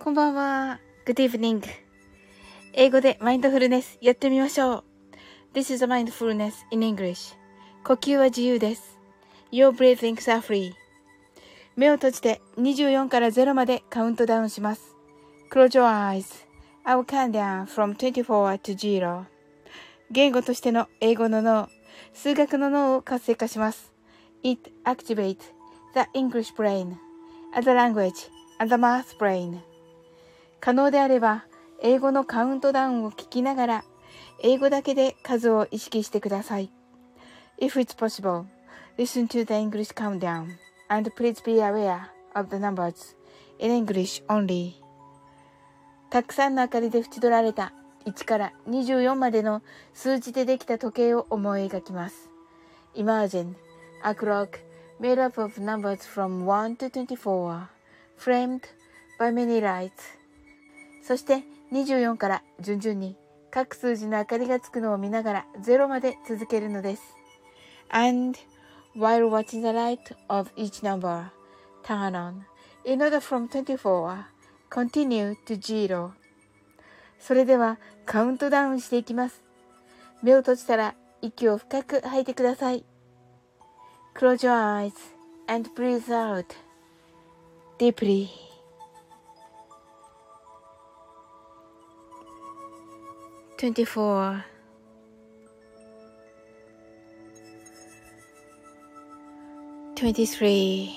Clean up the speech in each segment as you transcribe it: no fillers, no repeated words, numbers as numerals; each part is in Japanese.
こんばんは。Good evening. 英語でマインドフルネスやってみましょう。This is a mindfulness in English. 呼吸は自由です。Your breathings are free. 目を閉じて24から0までカウントダウンします。Close your eyes. I will count down from 24 to 0. 言語としての英語の脳、数学の脳を活性化します。It activates the English brain, the language, and the math brain. 可能であれば、英語のカウントダウンを聞きながら、英語だけで数を意識してください。If it's possible, listen to the English countdown, and please be aware of the numbers in English only. たくさんの明かりで縁取られた1から24までの数字でできた時計を思い描きます。Imagine a clock made up of numbers from 1 to 24, framed by many lights. そして24から順々に各数字の明かりがつくのを見ながら0まで続けるのです。And while watching the light of each number turn on, in order from 24, continue to 0. それではカウントダウンしていきます。目を閉じたら息を深く吐いてください。Close your eyes and breathe out deeply. 24 23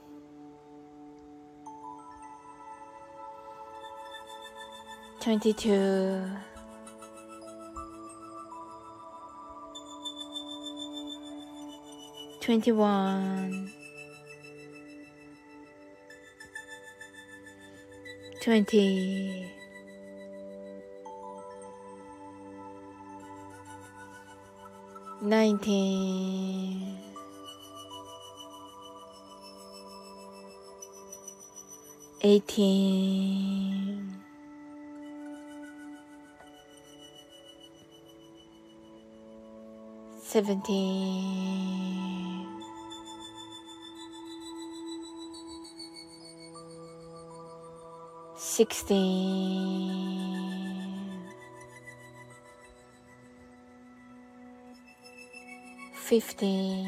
22 21 20 19 18 17 16 15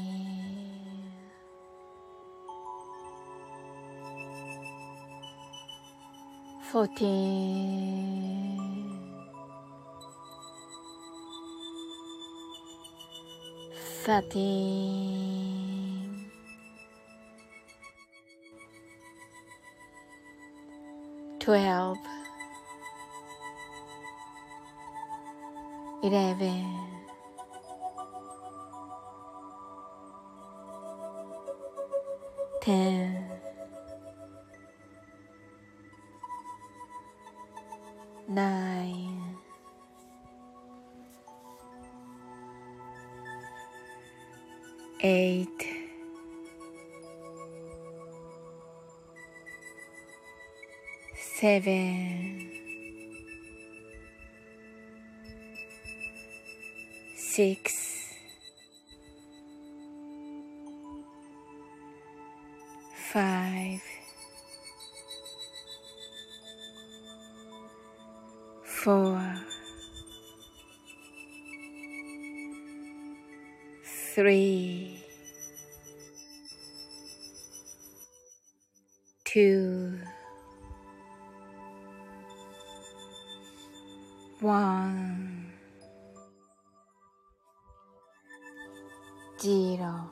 14 13 12 11 10 9 8 7 6 5 4 3 2 1 0。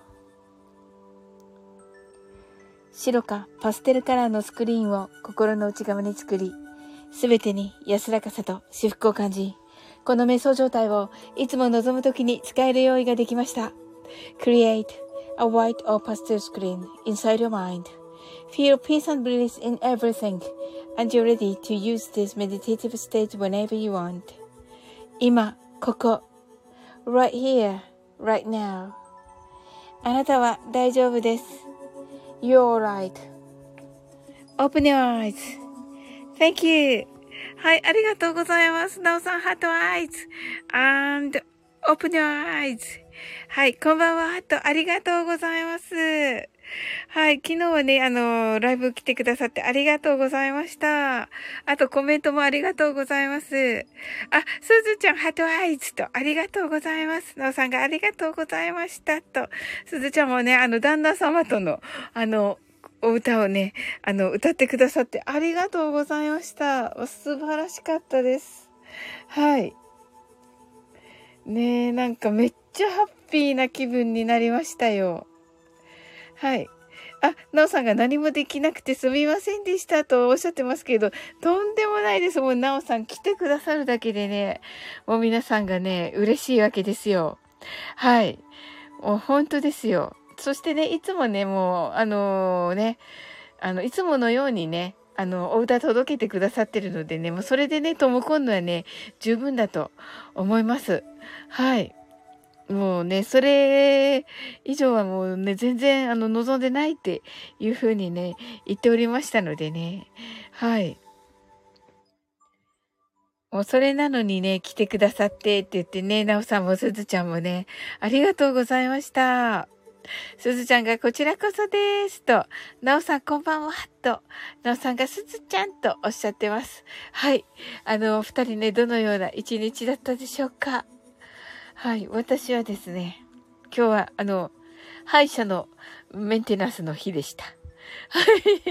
白かパステルカラーのスクリーンを心の内側に作り、すべてに安らかさと至福を感じ、この瞑想状態をいつも望むときに使える用意ができました。Create a white or pastel screen inside your mind. Feel peace and bliss in everything, and you're ready to use this meditative state whenever you want. 今、ここ。Right here, right now. あなたは大丈夫です。You're alright.Open your eyes. Thank you. はい、ありがとうございます。なおさん、ハートアイズ。and open your eyes. はい、こんばんは、ハート、ありがとうございます。 はい。昨日はね、ライブ来てくださってありがとうございました。あとコメントもありがとうございます。あ、すずちゃん、ハートアイズとありがとうございます。なおさんがありがとうございましたと。すずちゃんもね、旦那様との、お歌をね、歌ってくださってありがとうございました。素晴らしかったです。はい。ねえ、なんかめっちゃハッピーな気分になりましたよ。はい。あ、なおさんが何もできなくてすみませんでしたとおっしゃってますけど、とんでもないです。もうなおさん来てくださるだけでね、もう皆さんがね、嬉しいわけですよ。はい。もう本当ですよ。そしてね、いつもね、もう、いつものようにね、お歌届けてくださってるのでね、もうそれでね、とも今度はね、十分だと思います。はい。もうね、それ以上はもうね、全然望んでないっていうふうにね、言っておりましたのでね。はい。もうそれなのにね、来てくださってって言ってね、なおさんもすずちゃんもね、ありがとうございました。すずちゃんがこちらこそです。と、なおさんこんばんは。と、なおさんがすずちゃんとおっしゃってます。はい。二人ね、どのような一日だったでしょうか。はい。私はですね、今日は、歯医者のメンテナンスの日でした。はい。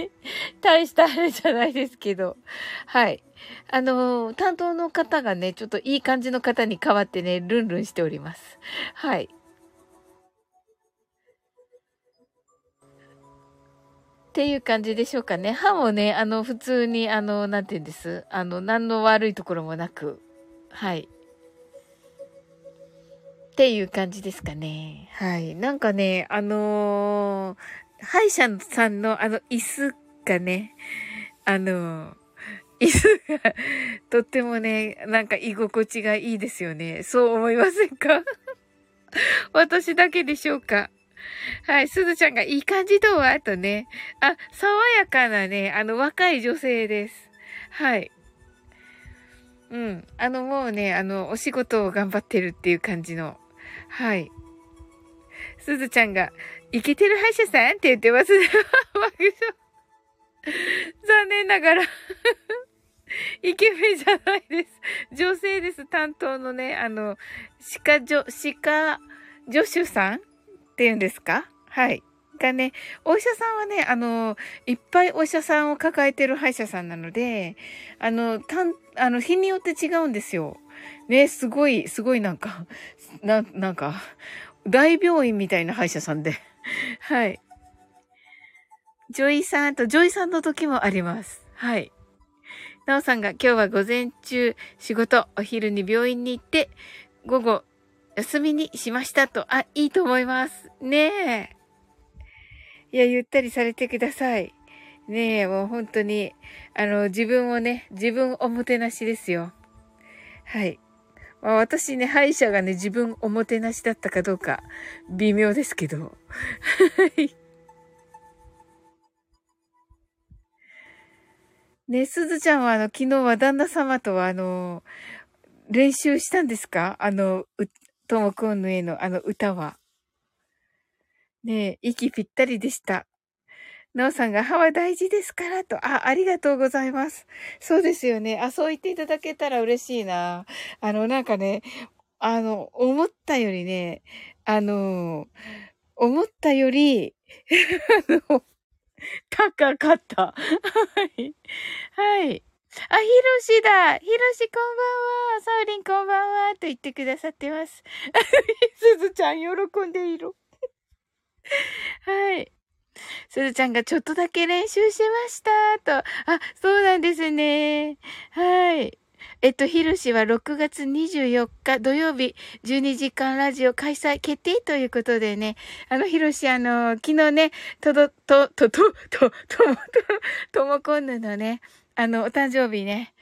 大したあれじゃないですけど。はい。担当の方がね、ちょっといい感じの方に変わってね、ルンルンしております。はい。っていう感じでしょうかね。歯もね、普通に、なんて言うんです。何の悪いところもなく。はい。っていう感じですかね。はい。なんかね、歯医者さんの椅子がね、あのー椅子がとってもね、なんか居心地がいいですよね。そう思いませんか？私だけでしょうか？はい。すずちゃんがいい感じとはとね。あ、爽やかなね、若い女性です。はい。うん。もうね、お仕事を頑張ってるっていう感じの。はい。すずちゃんが、イケてる歯医者さんって言ってますね。爆笑。残念ながらイケメンじゃないです。女性です。担当のね、歯科助手さんっていうんですか？はい。がね、お医者さんはね、いっぱいお医者さんを抱えてる歯医者さんなので、日によって違うんですよ。ね、すごいなんか、なんか、大病院みたいな歯医者さんで。はい。ジョイさんの時もあります。はい。なおさんが今日は午前中仕事、お昼に病院に行って、午後休みにしましたと。あ、いいと思います。ねえ。いや、ゆったりされてください。ねえ、もう本当に、自分おもてなしですよ。はい。まあ、私ね、歯医者がね、自分おもてなしだったかどうか、微妙ですけど。はい。ね、すずちゃんは昨日は旦那様とは練習したんですか？ともくんのへの歌は。ねえ、息ぴったりでした。なおさんが歯は大事ですからと。あ、ありがとうございます。そうですよね。あ、そう言っていただけたら嬉しいな。なんかね、思ったよりね、あの、思ったより、あの、高かった。はい。はい。あ、ひろしだ。ひろしこんばんは。サウリンこんばんは。と言ってくださってます。すずちゃん喜んでいる。はい。すずちゃんがちょっとだけ練習しました。と。あ、そうなんですね。はい。ひろしは6月24日土曜日12時間ラジオ開催決定ということでね、ひろし昨日ね、ともこんぬのね、お誕生日ね、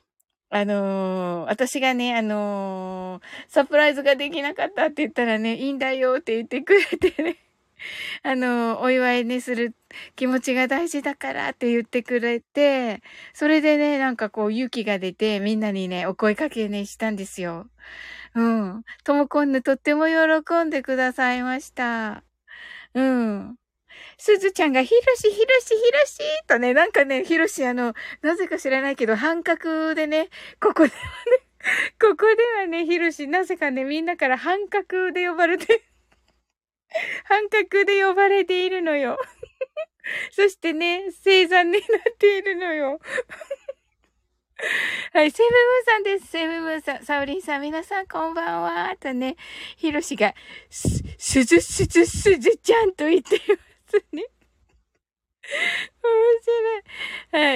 私がね、サプライズができなかったって言ったらね、いいんだよって言ってくれてね。お祝いね、する気持ちが大事だからって言ってくれて、それでね、なんかこう勇気が出て、みんなにね、お声かけね、したんですよ。うん。ともこんぬとっても喜んでくださいました。うん。 すずちゃんがひろしとね、なんかね、ひろしなぜか知らないけど、半角でね、ここではね、ここではね、ひろし、なぜかね、みんなから半角で呼ばれて、半角で呼ばれているのよ。そしてね、星座になっているのよ。はい、セムムーンさんです。セムムーンさん、サオリンさん、皆さんこんばんは。とね、ヒロシが、すずちゃんと言っていますね。面白い。はい。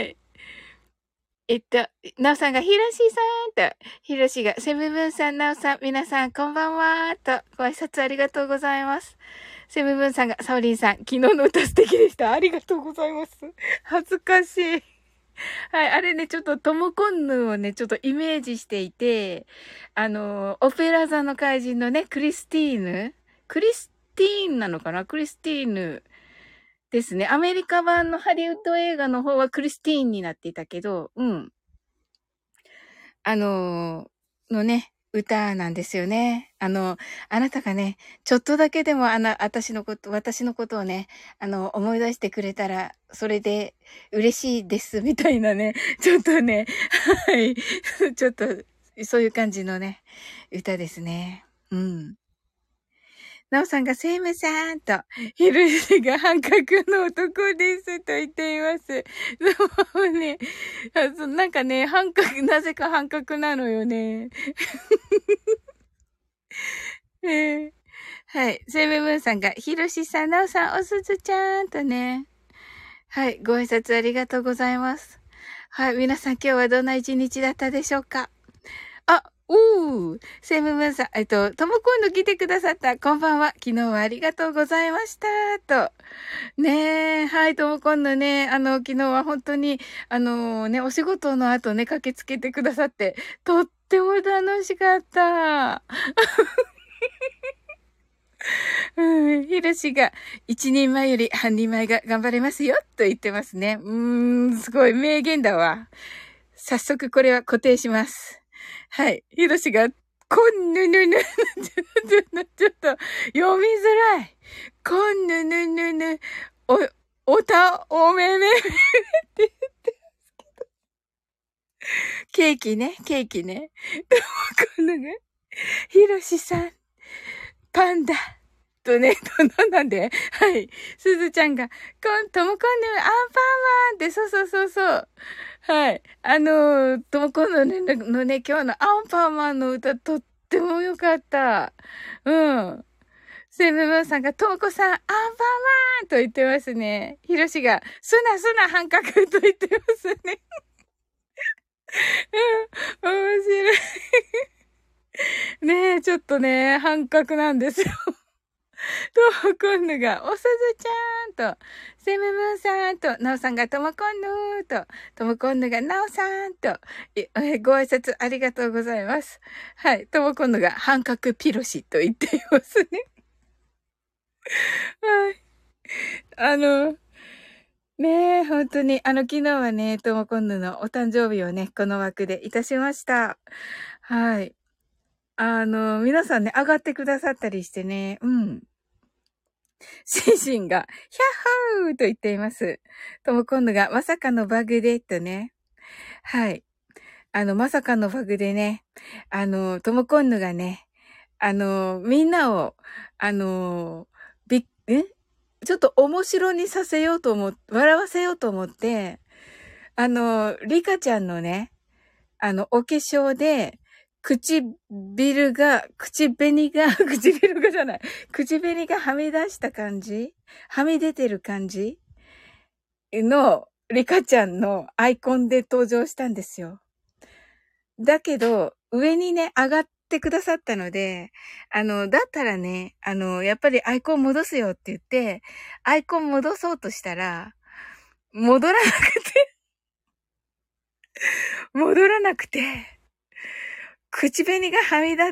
なおさんが、ひろしさんと、ひろしが、セムムーンさん、なおさん、皆さんこんばんは。と、ご挨拶ありがとうございます。セムムーンさんが、サオリンさん、昨日の歌素敵でした。ありがとうございます。恥ずかしい。はい、あれね、ちょっとトモコンヌをね、ちょっとイメージしていて、オペラ座の怪人のね、クリスティーンなのかなクリスティーヌですね。アメリカ版のハリウッド映画の方はクリスティーンになっていたけど、うん。のね、歌なんですよね。あなたがね、ちょっとだけでも私のことをね、思い出してくれたら、それで嬉しいです、みたいなね、ちょっとね、はい、ちょっと、そういう感じのね、歌ですね。うん。なおさんがセイムさんと、ヒルシが半角の男ですと言っています。そうね。なんかね、なぜか半角なのよね。はい。セイムムーンさんが、ヒロシさん、ナオさん、おすずちゃんとね。はい。ご挨拶ありがとうございます。はい。皆さん、今日はどんな一日だったでしょうか？セイムムーンさん、とも今度来てくださった。こんばんは。昨日はありがとうございました。と。ねえ、はい、とも今度ね、昨日は本当に、お仕事の後ね、駆けつけてくださって、とっても楽しかった。うん、ひろしが、一人前より半人前が頑張れますよ、と言ってますね。すごい名言だわ。早速これは固定します。はい。ひろしが、ちょっと、読みづらい。おめめってケーキね、ケーキね。このね、ひろしさん、パンダ。とね、なんではい。すずちゃんが、ともこんぬ、アンパンマンって、そう。はい。ともこんぬのね、今日のアンパンマンの歌、とってもよかった。うん。セムムーンさんが、ともこさん、アンパンマンと言ってますね。ひろしが、すな、半角と言ってますね。うん、面白い。ねえ、ちょっとね、半角なんですよ。ともこんぬが、おすずちゃんと、セムムーンさんと、なおさんがともこんぬと、ともこんぬがなおさんと、ご挨拶ありがとうございます。はい。ともこんぬが半角ピロシと言っていますね。はい。あの、ねえ、本当に、昨日はね、ともこんぬのお誕生日をね、この枠でいたしました。はい。皆さんね、上がってくださったりしてね、うん。シンシンが、ヒャッホーと言っています。とも今度が、まさかのバグで、とね。はい。まさかのバグでね、とも今度がね、みんなを、あの、ちょっと面白にさせようと笑わせようと思って、リカちゃんのね、お化粧で、唇がじゃない。口紅がはみ出した感じはみ出てる感じの、リカちゃんのアイコンで登場したんですよ。だけど、上にね、上がってくださったので、だったらね、やっぱりアイコン戻すよって言って、アイコン戻そうとしたら、戻らなくて、口紅がはみ出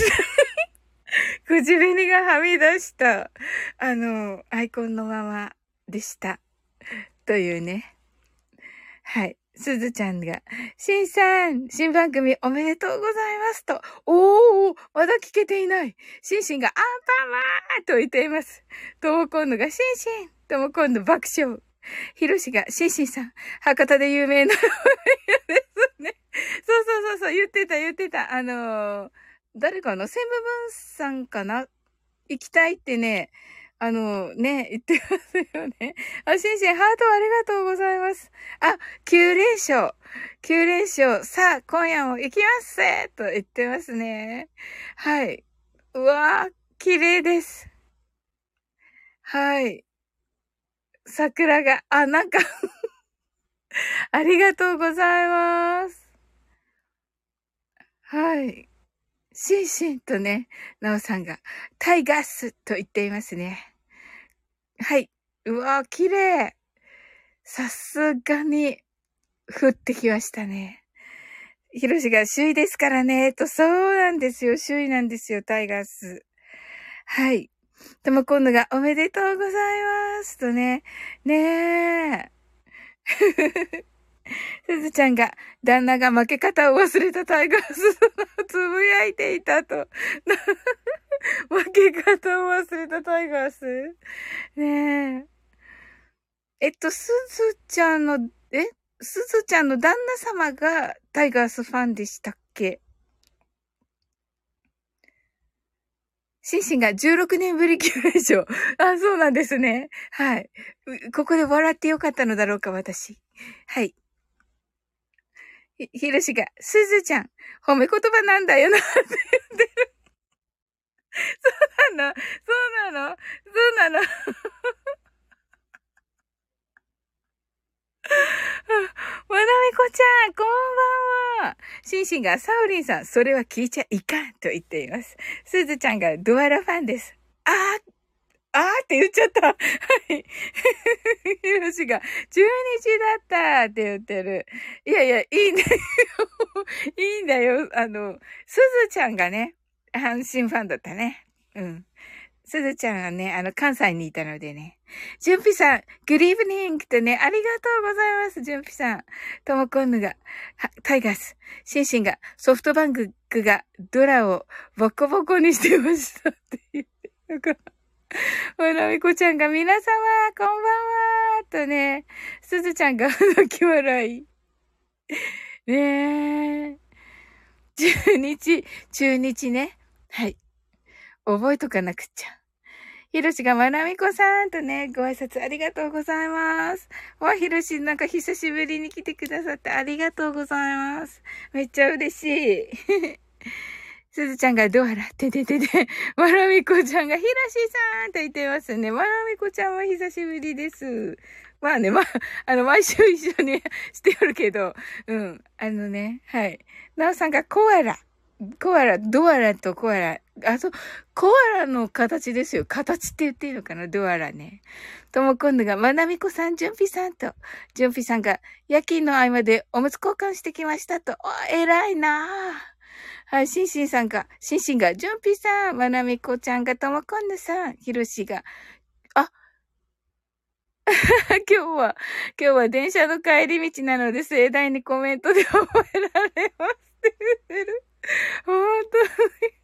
した、アイコンのままでした。というね。はい。すずちゃんが、しんさん、新番組おめでとうございますと。まだ聞けていない。しんしんがアンパンマンと言っています。ともこんのが、しんしん、 とも今度爆笑。ひろしが、シンシンさん、博多で有名なですね。そう、言ってた。誰かな、専務分さんかな、行きたいってね、言ってますよね。あ、シンシン、ハートありがとうございます。あ、9連勝。9連勝。さあ、今夜も行きますせと言ってますね。はい。うわー、綺麗です。はい。桜が、なんかありがとうございます。はい。シンシンとね、ナオさんが、タイガースと言っていますね。はい。うわー、綺麗。さすがに、降ってきましたね。ヒロシが首位ですからね、そうなんですよ。首位なんですよ、タイガース。はい。とも今度がおめでとうございますとね。ねえ。すずちゃんが、旦那が負け方を忘れたタイガースをつぶやいていたと。負け方を忘れたタイガース。ねえ。すずちゃんの、すずちゃんの旦那様がタイガースファンでしたっけ？シンシンが16年ぶり9連勝。あ、そうなんですね。はい。ここで笑ってよかったのだろうか、私。はい。ひろしが、すずちゃん、褒め言葉なんだよな、って言ってる。そうなのそうなのそうなのまなみこちゃん、こんばんは。シンシンが、サウリンさん、それは聞いちゃいかんと言っています。すずちゃんが、ドアラファンです。あーって言っちゃった。はい。ひろしが、中日だったって言ってる。いやいや、いいんだよ。いいんだよ。すずちゃんがね、阪神ファンだったね。うん。すずちゃんはね、関西にいたのでね。じゅんぴさん、グリーブニングとね、ありがとうございます、じゅんぴさん。ともこんぬが、タイガース、シンシンが、ソフトバンクがドラをボコボコにしてましたって言って。ほなみこちゃんが、皆様、こんばんはとね、すずちゃんが泣き笑い。ねえ。中日ね。はい。覚えとかなくっちゃ。ひろしがまなみこさんとね、ご挨拶ありがとうございます。ひろし、なんか久しぶりに来てくださってありがとうございます。めっちゃ嬉しい。すずちゃんがドアラって出てて、まなみこちゃんがひろしさんと言ってますね。まなみこちゃんは久しぶりです。まあね、毎週一緒にしておるけど、うん。はい。なおさんがドアラとコアラ。コアラの形ですよ。形って言っていいのかな、ドアラね。とも今度が、まなみこさん、じゅんぴさんと、じゅんぴさんが、夜勤の合間でおむつ交換してきましたと。偉いなぁ。はい、シンシンが、じゅんぴさん、まなみこちゃんが、とも今度さん、ひろしが、あ、今日は電車の帰り道なので盛大にコメントで覚えられますって言ってる。本当に。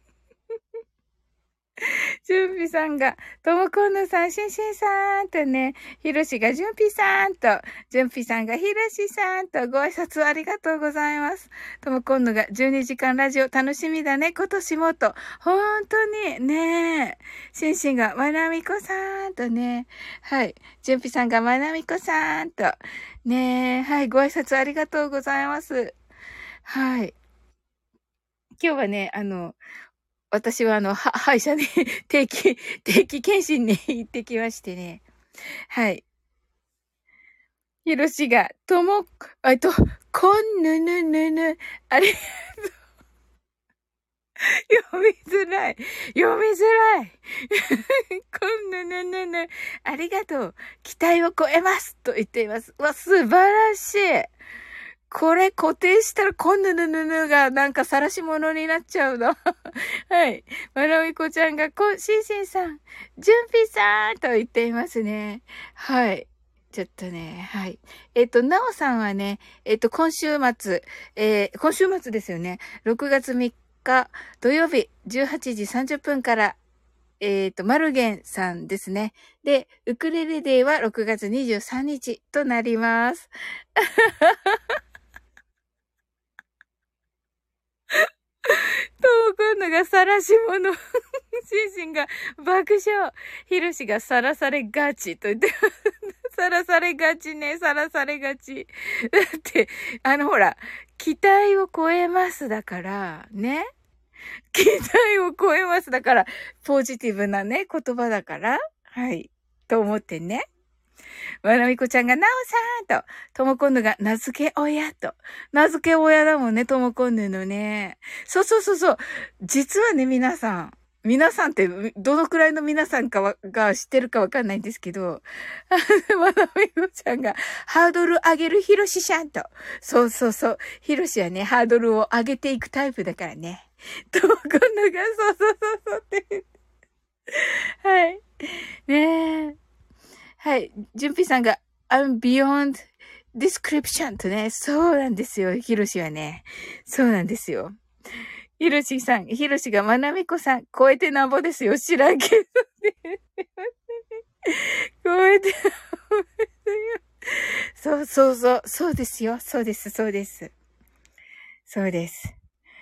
じゅんぴさんが、ともこんのさん、しんしんさんとね、ひろしがじゅんぴさんと、じゅんぴさんがひろしさんとご挨拶ありがとうございます。ともこんのが12時間ラジオ楽しみだね、今年もと。本当にね、しんしんがまなみこさんとね、はい、じゅんぴさんがまなみこさんと、ね、はい、ご挨拶ありがとうございます。はい。今日はね、私は歯医者に定期検診に行ってきましてね。はい。ひろしが、こんぬぬぬぬ。あれ、読みづらい。読みづらい。こんぬぬぬぬ。ありがとう。期待を超えます。と言っています。素晴らしい。これ固定したらこんぬぬぬぬがなんか晒し物になっちゃうの。はい。まなみこちゃんがしんしんさん、じゅんぴさんと言っていますね。はい。ちょっとね、はい。なおさんはね、今週末ですよね。6月3日土曜日18時30分からマルゲンさんですね。で、ウクレレデーは6月23日となります。と、今度が晒し者。シンシンが爆笑。ヒロシがさらされがちと言ってます。さらされがちね。さらされがち。だって、ほら、期待を超えますだから、ね。期待を超えますだから、ポジティブなね、言葉だから、はい。と思ってね。わらみこちゃんが、なおさんと、ともこんぬが、名付け親と。名付け親だもんね、ともこんぬのね。そうそうそうそう。実はね、皆さんって、どのくらいの皆さんが知ってるかわかんないんですけど、わらみこちゃんが、ハードル上げるひろしちゃんと。そうそうそう。ひろしはね、ハードルを上げていくタイプだからね。ともこんぬが、そうそうそうそうって。はい。ねえ。はい。純平さんが、I'm beyond description とね、そうなんですよ。ひろしはね。そうなんですよ。ひろしさん、ひろしがまなみこさん、超えてなんぼですよ。知らんけどね。超えてなんぼですよ。そうそうそう。そうですよ。そうです、そうです。そうです。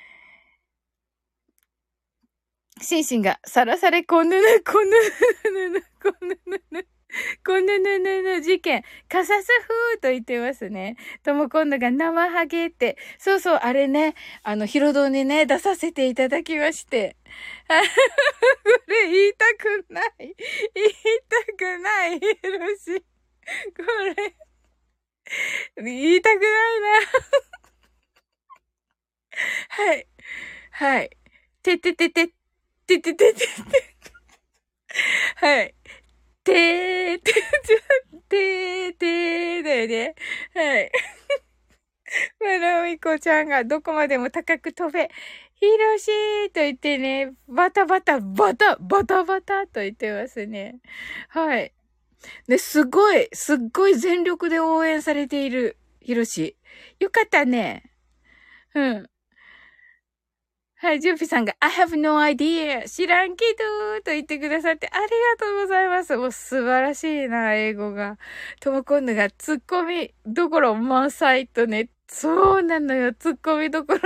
シンシンが、さらされこぬぬ、こぬぬぬ、こぬぬぬ。こぬぬぬぬ事件、カサス風と言ってますね。とも今度が生ハゲって。そうそう、あれね、ヒロドにね、出させていただきまして。これ言いたくない。言いたくない、ヒロシ。これ、言いたくないな。はい。はい。てててて、ててててて。はい。てー、てー、てーだよね。はい。まなみこちゃんがどこまでも高く飛べ。ひろしーと言ってね、バタバタ、バタ、バタバタと言ってますね。はい。ね、すっごい全力で応援されている、ひろし。よかったね。うん。はい、ジュンピさんが、I have no idea! 知らんけどと言ってくださってありがとうございます。もう素晴らしいな、英語が。ともこんぬがツッコミどころ満載とね、そうなのよ、ツッコミどころ。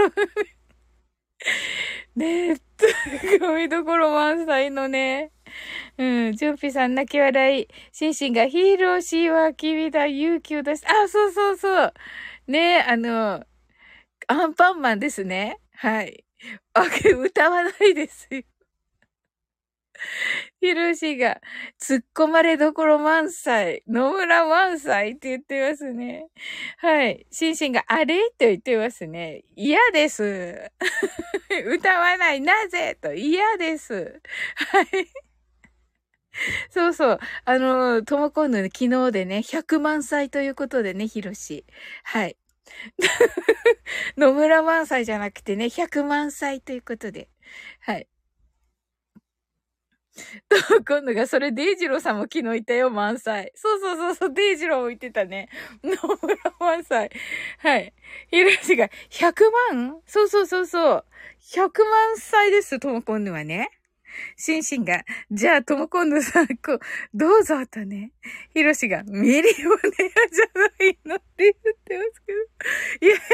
ね、ツッコミどころ満載のね。うん、ジュンピさん泣き笑い。シンシンがヒーローシーは君だ、勇気を出し、あ、そうそうそう。ね、アンパンマンですね。はい。歌わないですよ。ヒロシが、突っ込まれどころ満載、野村満載って言ってますね。はい。シンシンが、あれと言ってますね。嫌です。歌わない、なぜと嫌です。はい。そうそう。ともこんの昨日でね、100万歳ということでね、ヒロシ。はい。野村萬歳じゃなくてね、100万歳ということで。はい。今度が、それデイジローさんも昨日言ったよ、満載。そうそうそうそう、デイジローも言ってたね。野村満載。はい。ひろしが、100万そうそうそうそう。100万歳です、ともこんぬはね。シンシンが、じゃあ、ともこんぬさん、どうぞとね。ひろしが、ミリオネアじゃないのって言ってますけど。いや、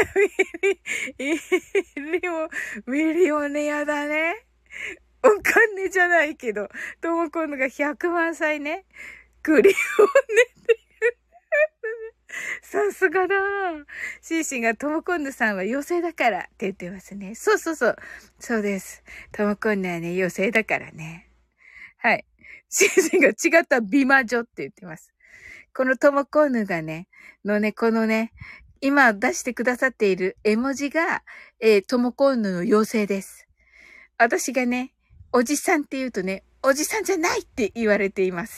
ミリオネアだね。お金じゃないけど、ともこんのが100万歳ね。クリオネって言う。さすがだ。シーシーがともこんぬさんは妖精だからって言ってますね。そうそうそう。そうです。ともこんぬはね、妖精だからね。はい。シーシーが違った美魔女って言ってます。このともこんぬがね、このね、今出してくださっている絵文字が、ともこんぬの妖精です。私がね、おじさんって言うとね、おじさんじゃないって言われています。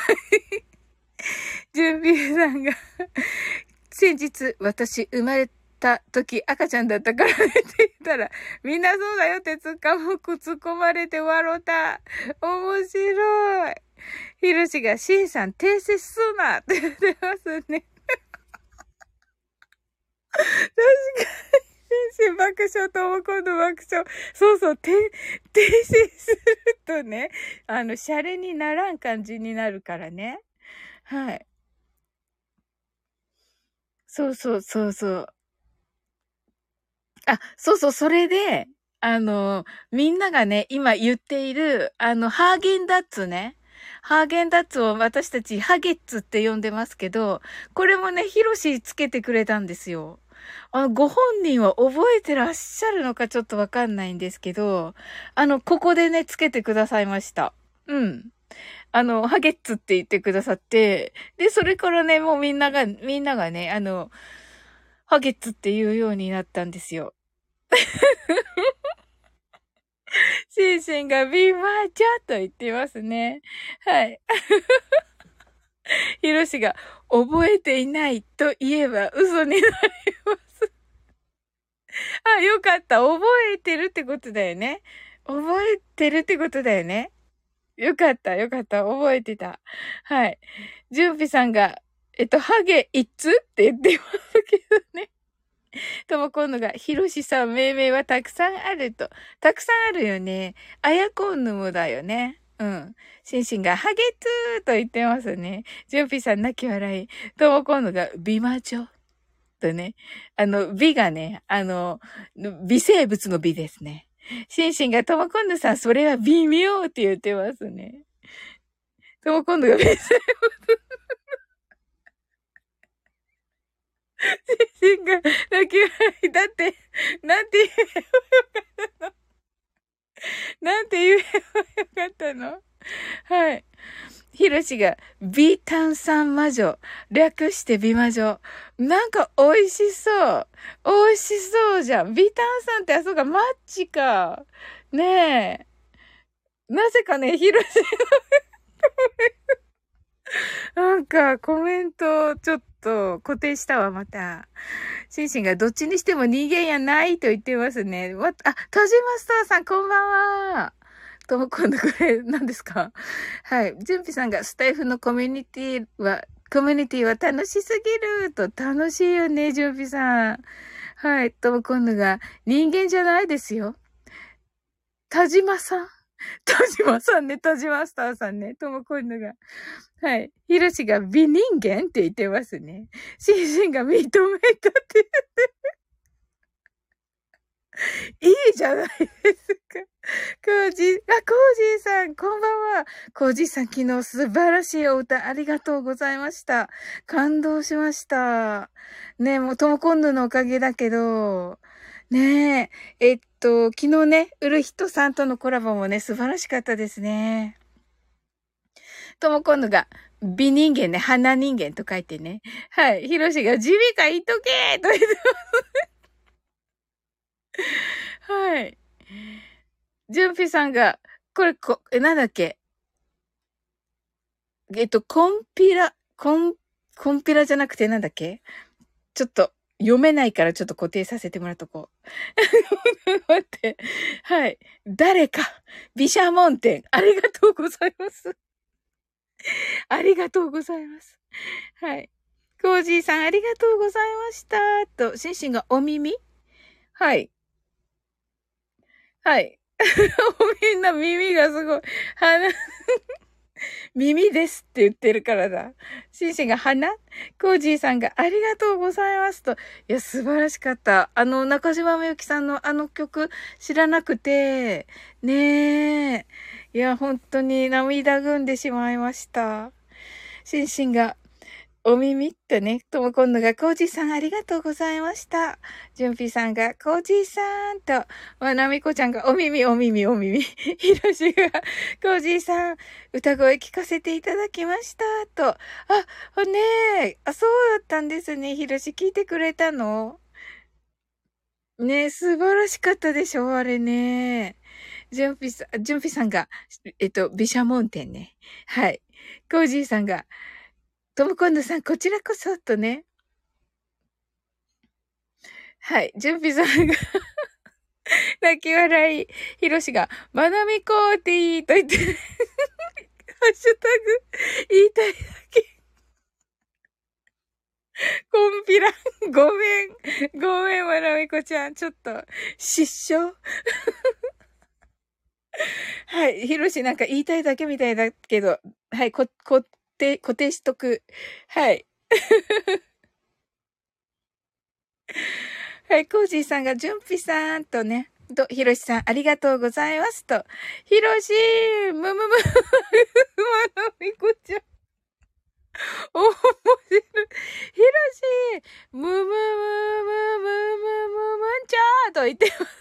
準備さんが、先日私生まれた時赤ちゃんだったからねって言ったら、みんなそうだよって突っ込まれて笑った。面白い。ひろしが、しんさん訂正すなって言ってますね。確かに、先生ばっ爆笑、ともこんの爆笑。そうそう、訂正するとね、シャレにならん感じになるからね。はい。そうそうそうそう。あ、そうそう、それで、みんながね、今言っている、ハーゲンダッツね。ハーゲンダッツを私たちハゲッツって呼んでますけど、これもね、ヒロシつけてくれたんですよ。ご本人は覚えてらっしゃるのかちょっとわかんないんですけど、ここでね、つけてくださいました。うん。ハゲッツって言ってくださって、で、それからね、もうみんながね、ハゲッツって言うようになったんですよ。シンシンがビーマーチャと言ってますね。はい。ヒロシが覚えていないと言えば嘘になります。あ、よかった。覚えてるってことだよね。覚えてるってことだよね。よかった、よかった。覚えてた。はい。ジュンピさんが、ハゲいつって言ってますけどね。とも今度が、ヒロシさん命名はたくさんあると。たくさんあるよね。あやこんぬもだよね。うん。シンシンが、ハゲツーと言ってますね。ジュンピさん泣き笑い。とも今度が、美魔女。とね。美がね、微生物の美ですね。シンシンが、とも今度さん、それは微妙って言ってますね。とも今度が微生物。シンが泣き笑い。だって、なんて言えばよかったの。なんて言えばよかったの。はい。ヒロシが、美炭酸魔女。略して美魔女。なんか美味しそう。美味しそうじゃん。美炭酸って、あ、そうか、マッチか。ねえ。なぜかね、ヒロシなんか、コメント、ちょっと、固定したわ、また。シンシンが、どっちにしても人間やないと言ってますね。田島スターさん、こんばんは。とも今度これ、何ですか？はい。ジュンピさんが、スタイフのコミュニティは楽しすぎると、楽しいよね、ジュンピさん。はい。とも今度が、人間じゃないですよ。田島さん。田島さんね、田島スターさんね、とも今度が。はい。ヒロシが美人間って言ってますね。シンシンが認めたっていいじゃないですか。コージーさん、こんばんは。コージーさん、昨日素晴らしいお歌ありがとうございました。感動しました。ねえ、もうトモコンヌのおかげだけど、ねえ、昨日ね、ウルヒトさんとのコラボもね、素晴らしかったですね。とも今度が、美人間ね、花人間と書いてね。はい。ヒロシが、耳鼻科言っとけーと言って、はい。ジュンピさんが、なんだっけコンピラじゃなくてなんだっけちょっと、読めないからちょっと固定させてもらっとこう。待って。はい。誰か、毘沙門天、ありがとうございます。ありがとうございます。はい。コージーさん、ありがとうございました。と、シンシンがお耳はい。はい。みんな耳がすごい。耳ですって言ってるからだ。シンシンが鼻コージーさんがありがとうございますと。いや、素晴らしかった。中島みゆきさんのあの曲知らなくて、ねえ。いや、本当に涙ぐんでしまいました。シンシンがお耳ってね、とも今度が、コージーさんありがとうございました。ジュンピさんが、コージーさんと、なみこちゃんが、お耳、お耳、お耳。ひろしが、コージーさん、歌声聞かせていただきました。と、ねえ、そうだったんですね。ひろし聞いてくれたのねえ、素晴らしかったでしょあれね。ジュンピさんが、毘沙門天ね。はい。コージーさんが、ともこんどさん、こちらこそ、とね。はい。じゅんぴさんが泣き笑い。ひろしが、まなみこーてぃーと言って、ハッシュタグ、言いたいだけ。 コンピラ。ごめん。ごめん、まなみこちゃん。ちょっと、失笑。はい。ひろしなんか言いたいだけみたいだけど、はい。固定しとく。はい。はい。コージーさんが、じゅんぴさんとね、ひろしさん、ありがとうございますと。ひろしまなみこちゃん。面白い。ひろしんちゃーと言ってます。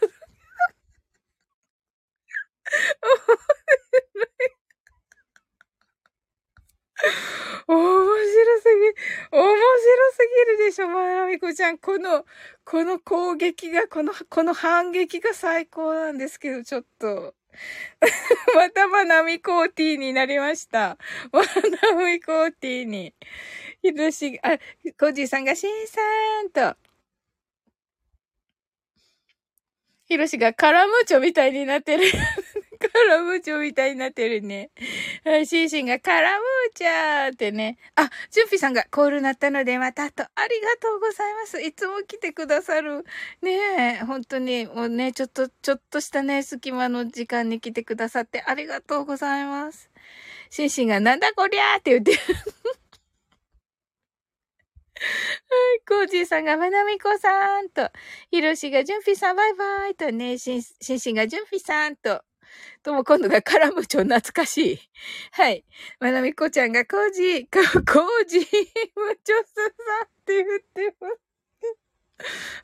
面白すぎるでしょ、まなみこちゃん。この攻撃が、この反撃が最高なんですけど、ちょっと。またまなみコーティーになりました。まなみコーティーに。ひろし、コジーさんがしんさんと。ひろしがカラムーチョみたいになってる。カラムーチョみたいになってるね。はい、シンシンがカラムーチャーってね。あ、ジュンピさんがコール鳴ったのでまたと。ありがとうございます。いつも来てくださる。ねえ、本当に、もうね、ちょっとしたね、隙間の時間に来てくださってありがとうございます。シンシンがなんだこりゃーって言ってる。コージーさんがまなみこさんと、ひろしがジュンピさんバイバイとね、シンシンがジュンピさんと、とも今度がカラムチョ懐かしい。はい。まなみこちゃんがコージームチョスさんって言ってます。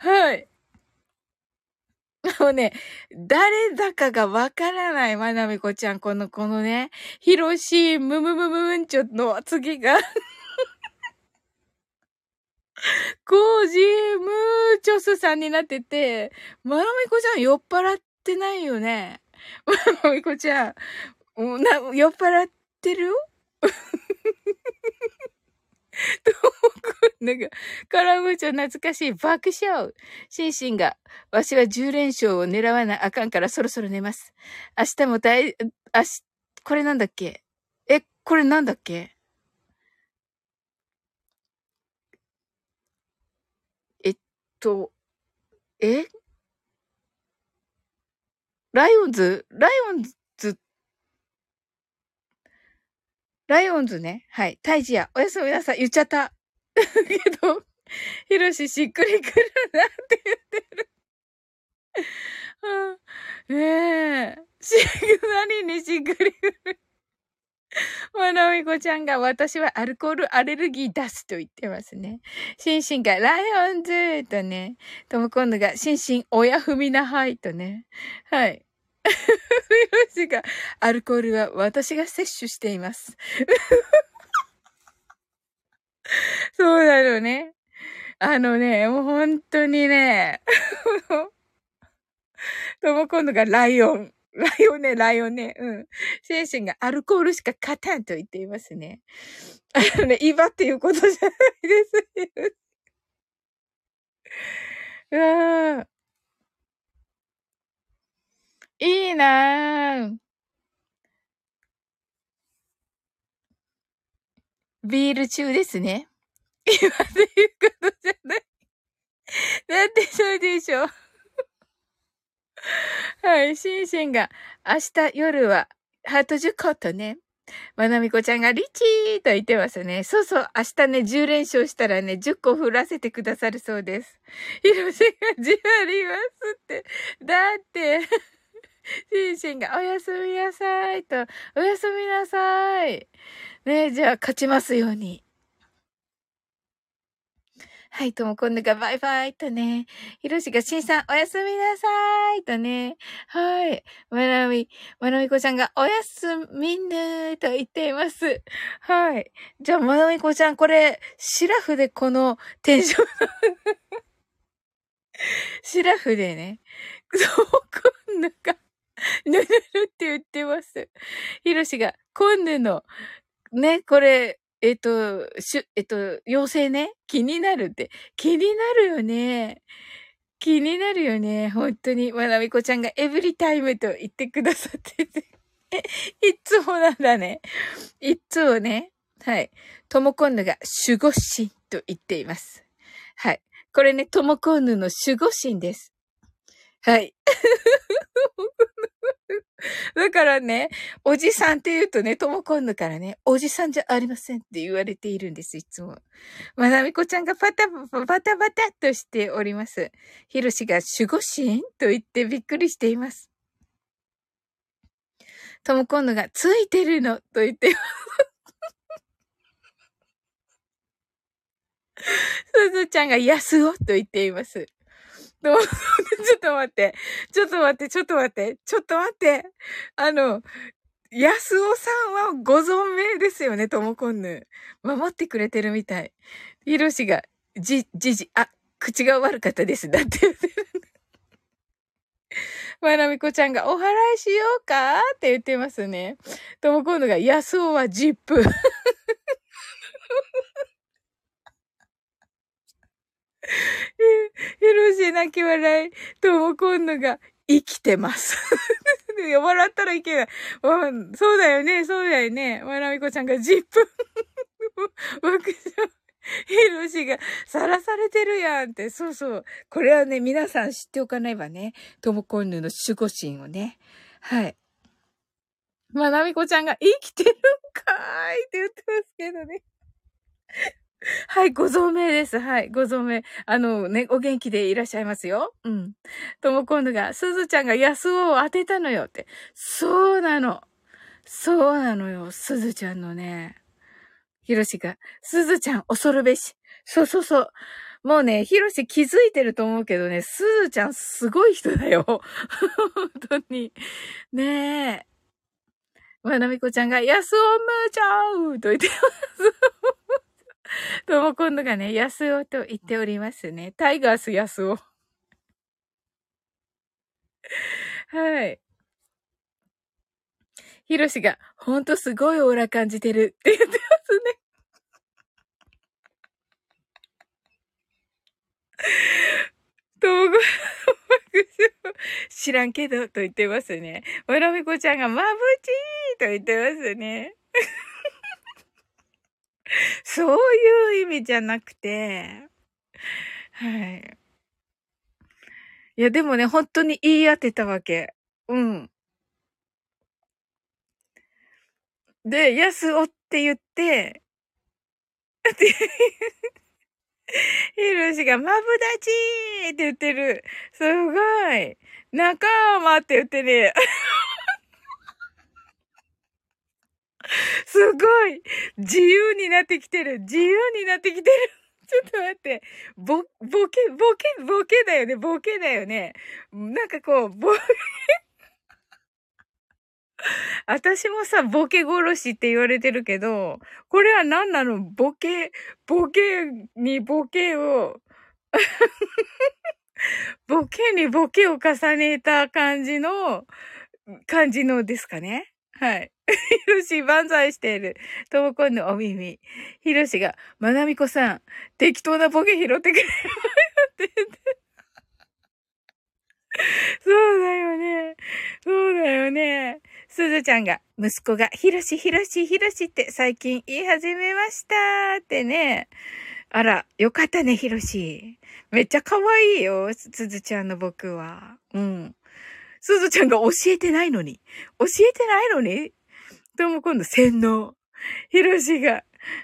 はい。もうね、誰だかがわからない、まなみこちゃん。このね、ヒロシムンチョの次がコージームーチョスさんになってて、まなみこちゃん酔っ払ってないよね。まなみこちゃん、酔っ払ってるよ。なんか、カラムーチョ懐かしい爆笑。シンシンが、わしは10連勝を狙わなあかんからそろそろ寝ます。明日もこれなんだっけ？これなんだっけ？えっと、えライオンズね。はい。タイジア、おやすみなさい。言っちゃった。けど、ヒロシしっくりくるなって言ってる。ねえ。何にしっくりくる。まなみこちゃんが私はアルコールアレルギー出すと言ってますね。シンシンがライオンズとね。とも今度がシンシン親踏みなはいとね。はい。ヒロシがアルコールは私が摂取しています。そうなのね。もう本当にね。とも今度がライオン。ライオンね。うん。シンシンがアルコールしか勝たんと言っていますね。威張っていうことじゃないですよ。うわー。いいなぁ。ビール中ですね。威張っていうことじゃない。だってそうでしょ。はい。シンシンが明日夜はハート10個とね。まなみこちゃんがリチーと言ってますね。そうそう。明日ね、10連勝したらね、10個振らせてくださるそうです。ひろしがじわりますって。だって、シンシンがおやすみなさいと、おやすみなさい。ねえ、じゃあ勝ちますように。はい、とも今度がバイバイとね。ひろしがしんさんおやすみなさいとね。はい。まなみこちゃんがおやすみぬと言っています。はい。じゃあ、まなみこちゃん、これ、シラフでこのテンション、シラフでね。そう、今度が、ぬるるって言ってます。ひろしが、今度の、ね、これ、妖精ね、気になるって。気になるよね。気になるよね。本当に。まなみこちゃんがエブリタイムと言ってくださってて。いつもなんだね。いつもね。はい。ともこんぬが守護神と言っています。はい。これね、ともこんぬの守護神です。はい。だからね、おじさんって言うとね、ともこんぬからね、おじさんじゃありませんって言われているんです、いつも。まなみこちゃんがバタバタとしております。ひろしが守護神と言ってびっくりしています。ともこんぬがついてるのと言って、すずちゃんが安おと言っています。ちょっと待って。ちょっと待って。ちょっと待って。ちょっと待って。安尾さんはご存命ですよね、ともこんぬ。守ってくれてるみたい。ひろしが、口が悪かったです。だって言ってる。まなみこちゃんがお祓いしようかって言ってますね。ともこんぬが、安尾はジップ。ひろし泣き笑い。ともこんぬが、生きてます。笑ったらいけない。そうだよね、そうだよね。まなみこちゃんがジップ。爆笑。ヒロシがさらされてるやんって。そうそう。これはね、皆さん知っておかねばね。ともこんぬの守護神をね。はい。まなみこちゃんが生きてるんかーいって言ってますけどね。はい、ご存命です。はい、ご存命。お元気でいらっしゃいますよ。うん。ともこんぬが、すずちゃんが安尾を当てたのよって。そうなの。そうなのよ。すずちゃんのね。ひろしが、すずちゃん恐るべし。そうそうそう。もうね、ひろし気づいてると思うけどね、すずちゃんすごい人だよ。本当に。ねえ。まなみこちゃんが、やすおむーちゃうと言ってます。とも今度がね、やすおと言っておりますね。タイガースやすお。はい。ひろしが、ほんとすごいオーラ感じてるって言ってますね。ともこ、知らんけど、と言ってますね。わらみこちゃんが、まぶちーと言ってますね。そういう意味じゃなくて、はい。いや、でもね、本当に言い当てたわけ。うん。で、やすおって言って、ヒロシが、まぶだちーって言ってる。すごい。仲間って言ってね。すごい。自由になってきてる。自由になってきてる。ちょっと待って。ボケだよね。ボケだよね。なんかこう、私もさ、ボケ殺しって言われてるけど、これは何なの？ボケにボケを、ボケにボケを重ねた感じのですかね。はい。ひろし万歳している。ともこんのお耳。ひろしが、まなみこさん、適当なボケ拾ってくれるって言って。そうだよね。そうだよね。すずちゃんが、息子が、ひろしって最近言い始めましたってね。あら、よかったね、ひろし。めっちゃ可愛いよ、すずちゃんの僕は。うん。すずちゃんが教えてないのに。教えてないのにとも今度洗脳。ひろしが、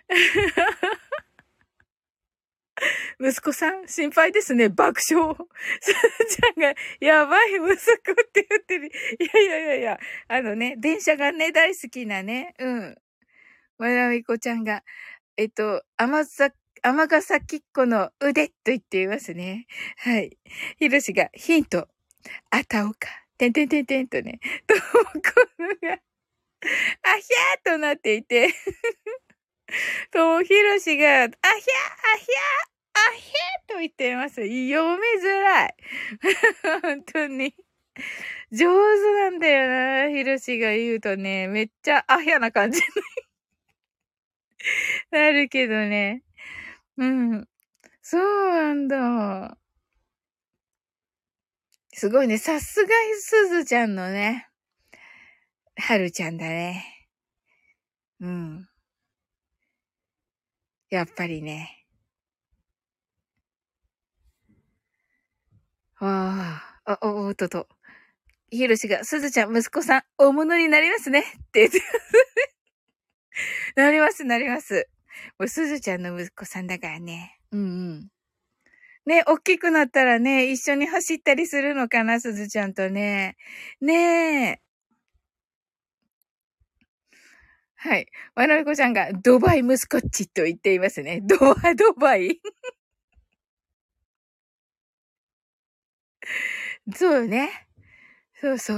息子さん心配ですね。爆笑。すずちゃんが、やばい息子って言ってる。いや。電車がね、大好きなね。うん。まなみこちゃんが、甘が先っこの腕と言っていますね。はい。ひろしが、ヒント。あたおか。てんてんてんてんとね。と、このが、あひゃーとなっていて、と、ひろしが、あひゃーあひゃーと言っています。読みづらい。本当に。上手なんだよな、ひろしが言うとね、めっちゃあひゃな感じになるけどね。うん。そうなんだ。すごいね。さすがすずちゃんのね、はるちゃんだね。うん。やっぱりね。 わあ、おっと。ひろしが、すずちゃん、息子さん、大物になりますね。って言って。なります、なります。もうすずちゃんの息子さんだからね。うんうん。ね、大きくなったらね、一緒に走ったりするのかな、すずちゃんとね。ねえ。はい。わなめこちゃんが、ドバイ息子っちと言っていますね。ドバイそうよね。そうそう。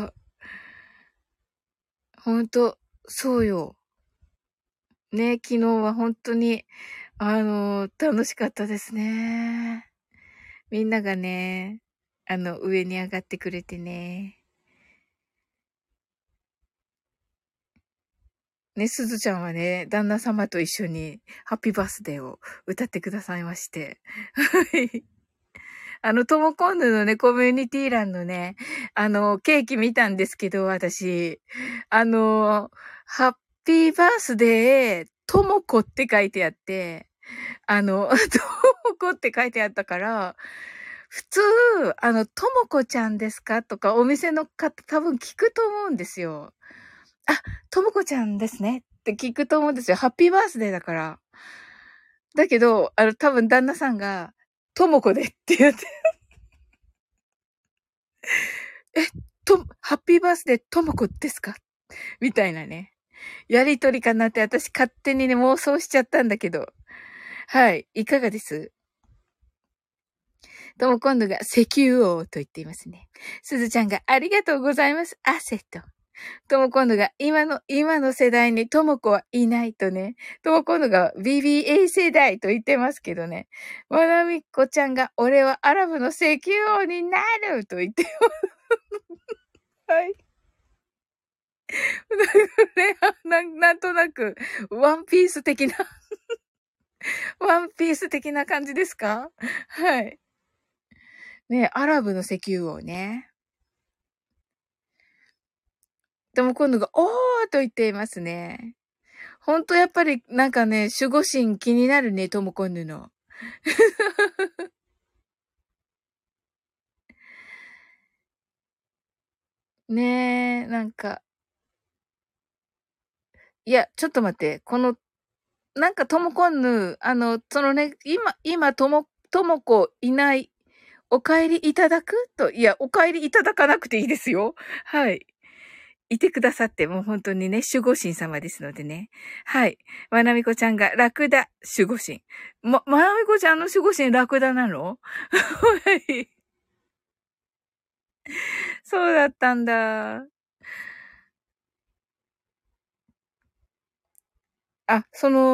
ほんと、そうよ。ね、昨日は本当に、楽しかったですね。みんながね、上に上がってくれてね。ね、すずちゃんはね、旦那様と一緒に、ハッピーバースデーを歌ってくださいまして。はい。トモコンヌのね、コミュニティ欄のね、ケーキ見たんですけど、私、ハッピーバースデー、ともこって書いてあって、ともこって書いてあったから、普通、ともこちゃんですかとか、お店の方多分聞くと思うんですよ。あ、ともこちゃんですねって聞くと思うんですよ。ハッピーバースデーだから。だけど、多分旦那さんが、ともこでって言って、え、ハッピーバースデーともこですかみたいなね。やりとりかなって私勝手にね、妄想しちゃったんだけど。はい。いかがですとも今度が石油王と言っていますね。すずちゃんがありがとうございます。汗と。とも今度が今の世代にともこはいないとね。とも今度が BBA 世代と言ってますけどね。まなみっこちゃんが俺はアラブの石油王になると言ってます。はい。なんとなく、ワンピース的なワンピース的な感じですかはい。ね、アラブの石油王ね。でも今度が、おーと言っていますね。ほんとやっぱりなんかね、守護神気になるね、ともこんぬの。ねえ、なんか、いや、ちょっと待って、なんかともこんぬ、そのね、今、ともこいない、お帰りいただくと、いや、お帰りいただかなくていいですよ。はい。いてくださって、もう本当にね、守護神様ですのでね。はい。まなみこちゃんが、ラクダ、守護神。まなみこちゃんの守護神ラクダなのはい。そうだったんだ。あ、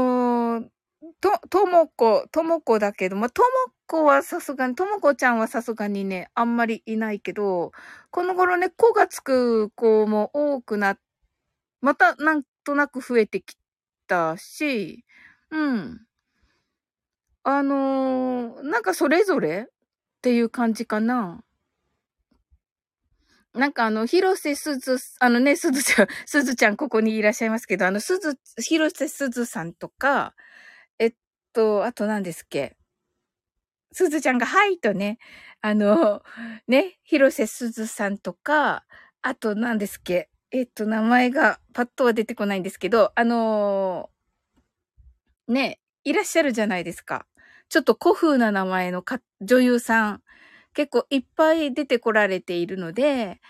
ともこだけど、ともこちゃんはさすがにね、あんまりいないけど、この頃ね、子がつく子も多くまたなんとなく増えてきたし、うん。なんかそれぞれっていう感じかな。なんか広瀬すず、すずちゃんここにいらっしゃいますけど、広瀬すずさんとか、えっあと何ですっけすずちゃんがはいとね、広瀬すずさんとか、あと何ですっけ名前がパッとは出てこないんですけど、いらっしゃるじゃないですか。ちょっと古風な名前の女優さん、結構いっぱい出てこられているので、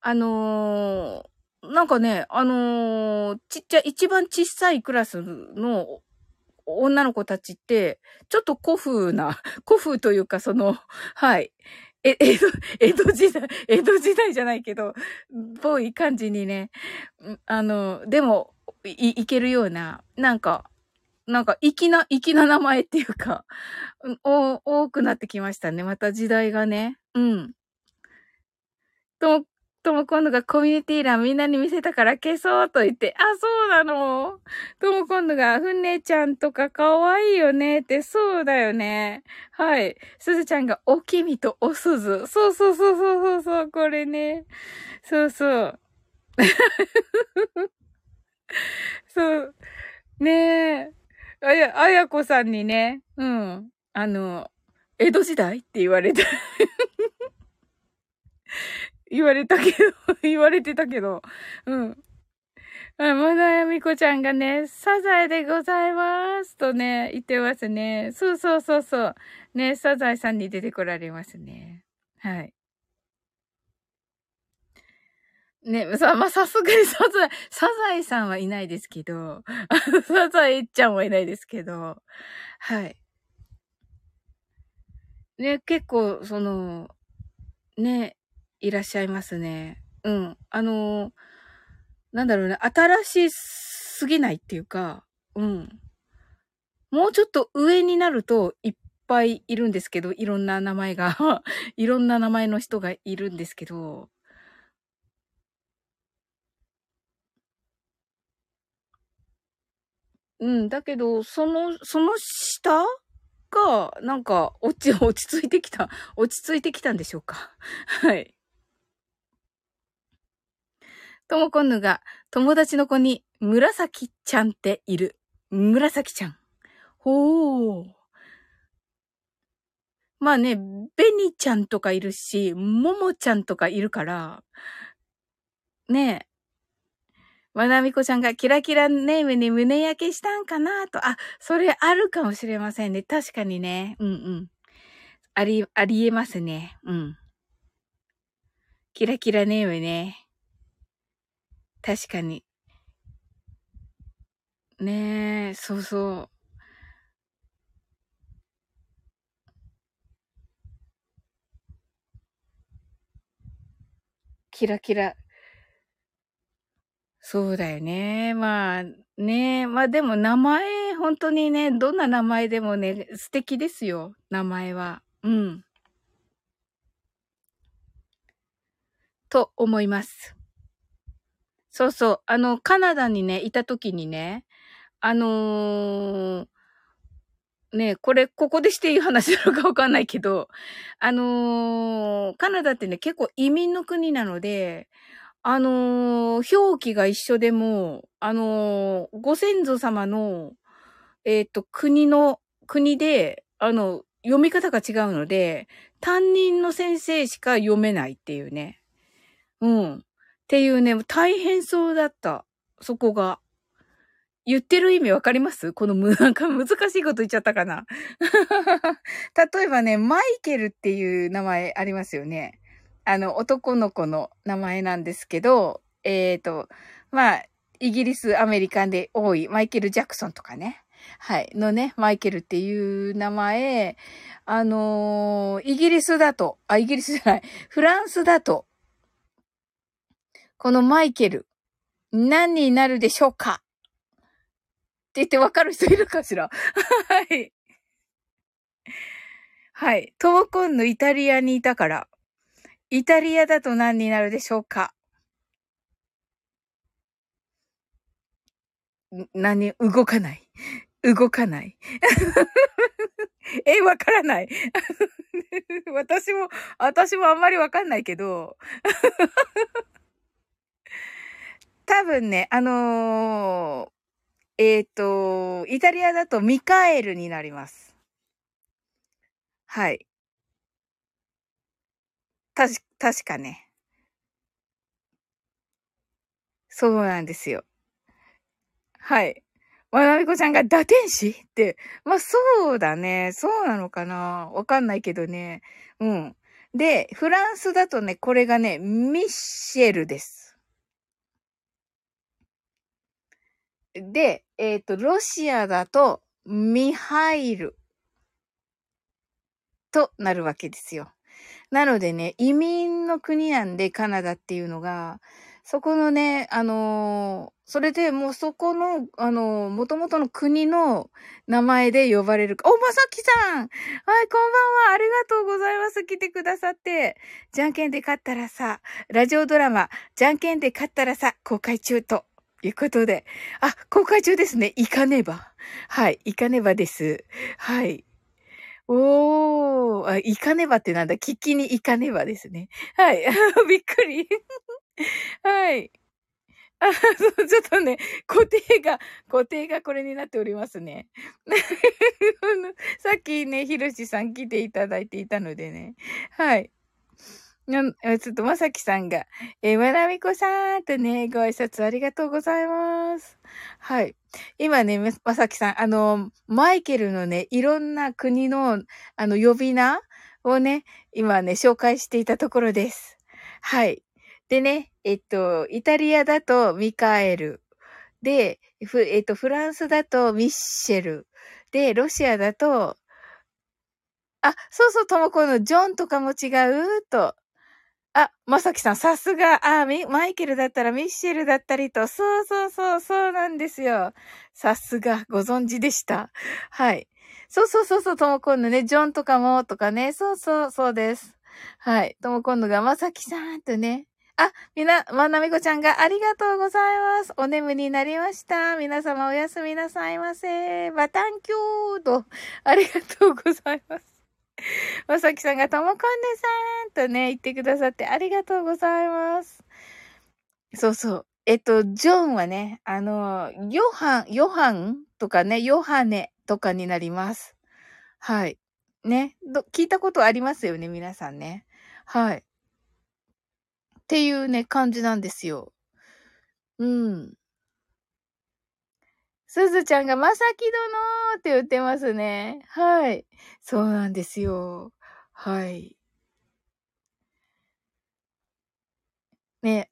なんかね、一番小さいクラスの女の子たちって、ちょっと古風というかはい。江戸時代じゃないけど、ぽい感じにね、でも、いけるような、なんか、粋な名前っていうか、多くなってきましたね。また時代がね。うん。とも、とも今度がコミュニティ欄みんなに見せたから消そうと言って、あ、そうなの。とも今度が、ふんねちゃんとか可愛いよねって、そうだよね。はい。すずちゃんが、おきみとおすず。そう、これね。そうそう。そう。ねえ。あやこさんにね、うん。江戸時代って言われた。 言われたけど、言われてたけど。うん。まだやみこちゃんがね、サザエでございますとね、言ってますね。そうそうそうそう。ね、サザエさんに出てこられますね。はい。ね、さすがにサザエさんはいないですけど、サザエちゃんはいないですけど、はい。ね、結構、ね、いらっしゃいますね。うん。なんだろうね、新しすぎないっていうか、うん。もうちょっと上になるといっぱいいるんですけど、いろんな名前がいろんな名前の人がいるんですけど、うん、だけど、その下が、なんか、落ち着いてきた、落ち着いてきたんでしょうか。はい。ともこんぬが、友達の子に、紫ちゃんっている。紫ちゃん。ほー。まあね、ベニちゃんとかいるし、ももちゃんとかいるから、ねえ。まなみこちゃんがキラキラネームに胸焼けしたんかなと。あ、それあるかもしれませんね。確かにね。うんうん。ありえますね。うん。キラキラネームね。確かに。ねえ、そうそう。キラキラ。そうだよね。まあ、ね。まあでも名前、本当にね、どんな名前でもね、素敵ですよ。名前は。うん。と思います。そうそう。カナダにね、いた時にね、あのここでしていい話なのかわかんないけど、カナダってね、結構移民の国なので、表記が一緒でも、ご先祖様の、国で、読み方が違うので、担任の先生しか読めないっていうね。うん。っていうね、大変そうだった。そこが。言ってる意味わかりますこのなんか難しいこと言っちゃったかな例えばね、マイケルっていう名前ありますよね。男の子の名前なんですけど、まあ、イギリス、アメリカンで多い、マイケル・ジャクソンとかね。はい。のね、マイケルっていう名前、イギリスだと、イギリスじゃない、フランスだと、このマイケル、何になるでしょうかって言ってわかる人いるかしらはい。はい。トーコンのイタリアにいたから。イタリアだと何になるでしょうか動かない。動かない。わからない。私もあんまりわかんないけど、多分ね、イタリアだとミカエルになります。はい。確かね。そうなんですよ。はい。まなみこちゃんが打天使って、まあそうだね。そうなのかなわかんないけどね。うん。で、フランスだとね、これがね、ミッシェルです。で、ロシアだとミハイルとなるわけですよ。なのでね、移民の国なんで、カナダっていうのが、そこのね、それでもうそこの、元々の国の名前で呼ばれるか。まさきさんはい、こんばんは。ありがとうございます。来てくださって。じゃんけんで勝ったらさ、ラジオドラマ、じゃんけんで勝ったらさ、公開中と。いうことで。公開中ですね。行かねば。はい、行かねばです。はい。行かねばってなんだ。聞きに行かねばですね。はい。びっくり。はい。そう、ちょっとね、固定がこれになっておりますね。さっきね、ひろしさん来ていただいていたのでね。はい。 ちょっとまさきさんが、まなみこさんとね、ご挨拶ありがとうございます。はい。今ね、まさきさん、マイケルのね、いろんな国の、呼び名をね、今ね、紹介していたところです。はい。でね、イタリアだとミカエル。で、フランスだとミッシェル。で、ロシアだと、あ、そうそう、ともこのジョンとかも違うと。あ、まさきさん、さすが、マイケルだったらミッシェルだったりと、そうそうそう、そうなんですよ。さすが、ご存知でした。はい。そうそうそうそう、ともこんのね、ジョンとかも、とかね、そうそう、そうです。はい。ともこんのが、まさきさんとね。あ、まなみこちゃんがありがとうございます。お眠になりました。皆様おやすみなさいませ。バタンキューと、ありがとうございます。まさきさんがともこんねさんとね、言ってくださってありがとうございます。そうそう。ジョンはね、ヨハンとかね、ヨハネとかになります。はい。ね。聞いたことありますよね、皆さんね。はい。っていうね、感じなんですよ。うん。すずちゃんがまさき殿って言ってますね。はい。そうなんですよ。はい。ね、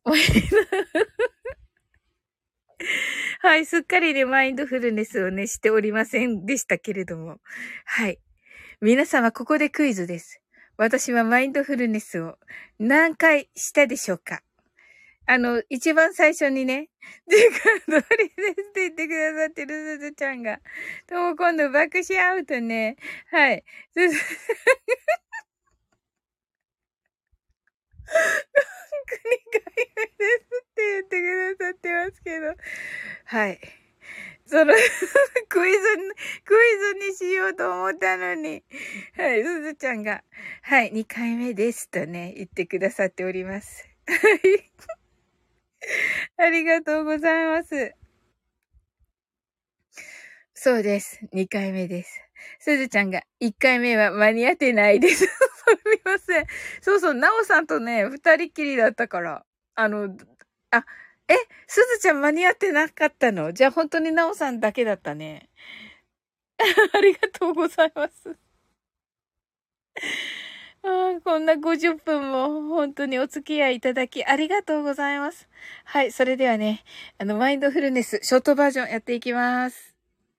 はい、すっかりね、マインドフルネスをね、しておりませんでしたけれども。はい。皆様、ここでクイズです。私はマインドフルネスを何回したでしょうか？一番最初にね、時間通りですって言ってくださってるすずちゃんが。とも今度爆笑アウトね。はい。すず、2回目ですって言ってくださってますけど。はい。そのクイズにしようと思ったのに。はい、すずちゃんが、はい、2回目ですとね、言ってくださっております。はい。ありがとうございます。そうです。2回目です。すずちゃんが、1回目は間に合ってないです。すみません。そうそう、なおさんとね、2人きりだったから。あの、あ、え、すずちゃん間に合ってなかったの？じゃあ本当になおさんだけだったね。ありがとうございます。こんな50分も本当にお付き合いいただきありがとうございます。はい、それではね、マインドフルネス、ショートバージョンやっていきます。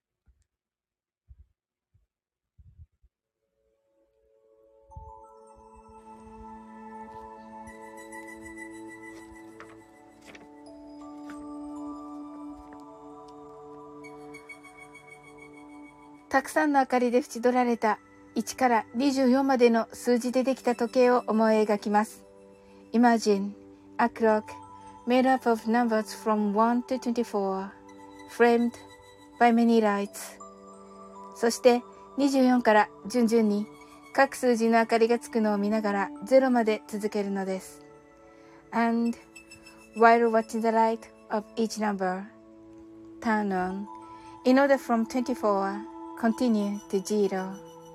たくさんの明かりで縁取られた1から24までの数字でできた時計を思い描きます。Imagine a clock made up of numbers from 1 to 24, framed by many lights. そして24から順々に各数字の明かりがつくのを見ながら0まで続けるのです。And while watching the light of each number turn on, in order from 24, continue to 0.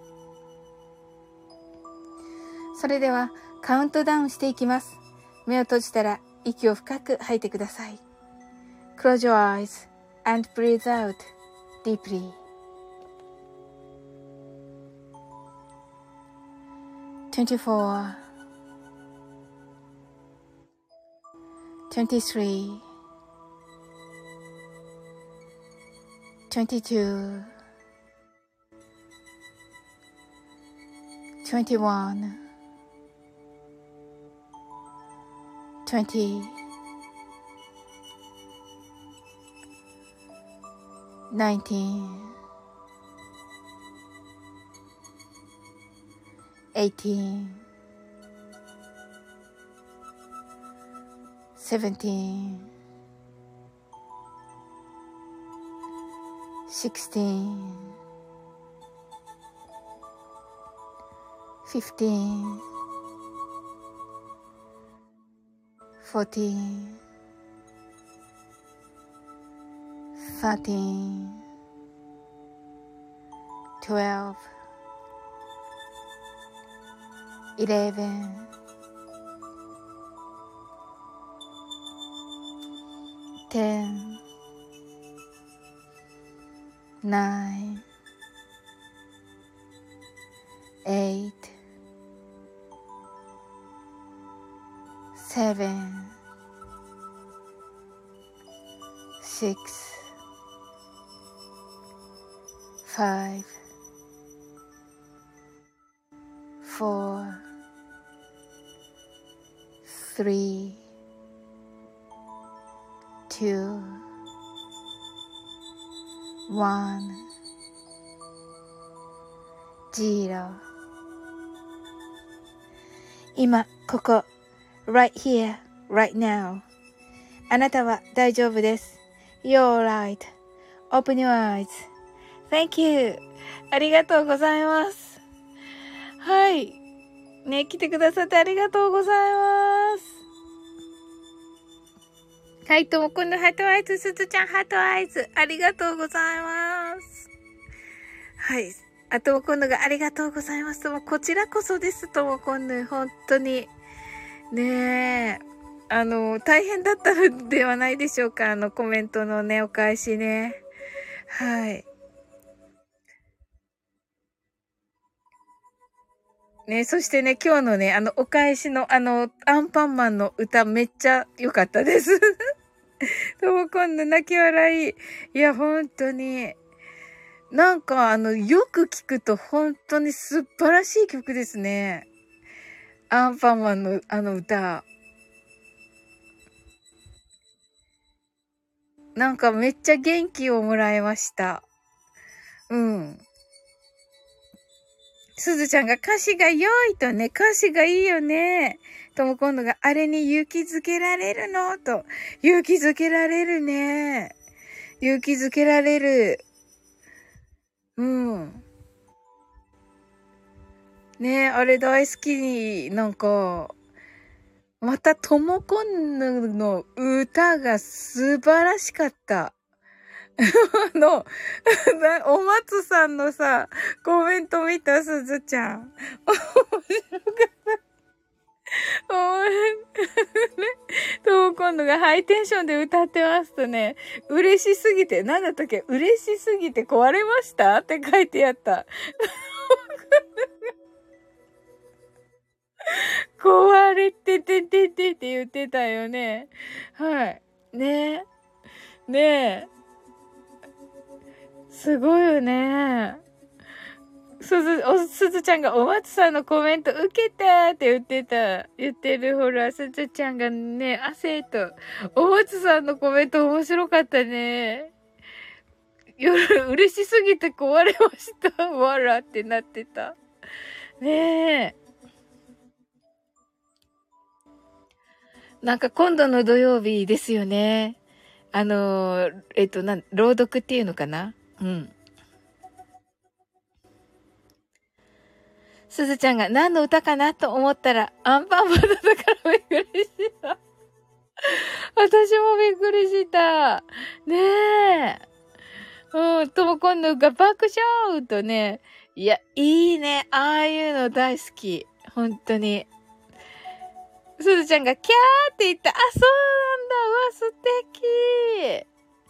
それではカウントダウンしていきます。目を閉じたら息を深く吐いてください。Close your eyes and breathe out deeply. 24, 23, 22, 21, 20, 19, 18, 17, 16, 15, 14, 13, 12, 11, 9 8 7 6 5 4 3 2 1 0今ここ right here, right now あなたは大丈夫です。 You're right. Open your eyes. Thank you. ありがとうございます。はい。ね、来てくださってありがとうございます。はい、ともこんのハートアイズ、すずちゃんハートアイズ、ありがとうございます。はい。あ、ともこんのがありがとうございます。とも、こちらこそです、ともこんの。本当に。ねえ。大変だったのではないでしょうか。コメントのね、お返しね。はい。ね、そしてね、今日のね、お返しの、アンパンマンの歌めっちゃ良かったです。とも今度泣き笑い。いや、本当に。なんか、よく聞くと本当に素晴らしい曲ですね。アンパンマンの歌。なんかめっちゃ元気をもらいました。うん。すずちゃんが歌詞が良いとね、歌詞がいいよね。とも今度があれに勇気づけられるのと。勇気づけられるね。勇気づけられる。うん。ねえ、あれ大好き。なんか、またともこんぬの歌が素晴らしかった。お松さんのさ、コメント見たすずちゃん。面白かった。とも今度がハイテンションで歌ってますとね、嬉しすぎて、なんだったっけ、嬉しすぎて壊れましたって書いてあった。壊れててててって言ってたよね。はい。ねえ。ねえ。すごいよね。すずちゃんがお松さんのコメント受けたって言ってるほら、すずちゃんがね、汗と、お松さんのコメント面白かったね。嬉しすぎて壊れました。わらってなってた。ねえ。なんか今度の土曜日ですよね。朗読っていうのかな？うん。すずちゃんが何の歌かなと思ったら、アンパンマンだったからびっくりした。私もびっくりした。ねえ。うん、とも今度が爆笑とね。いや、いいね。ああいうの大好き。本当に。すずちゃんがキャーって言った。あ、そうなんだ。うわ、素敵。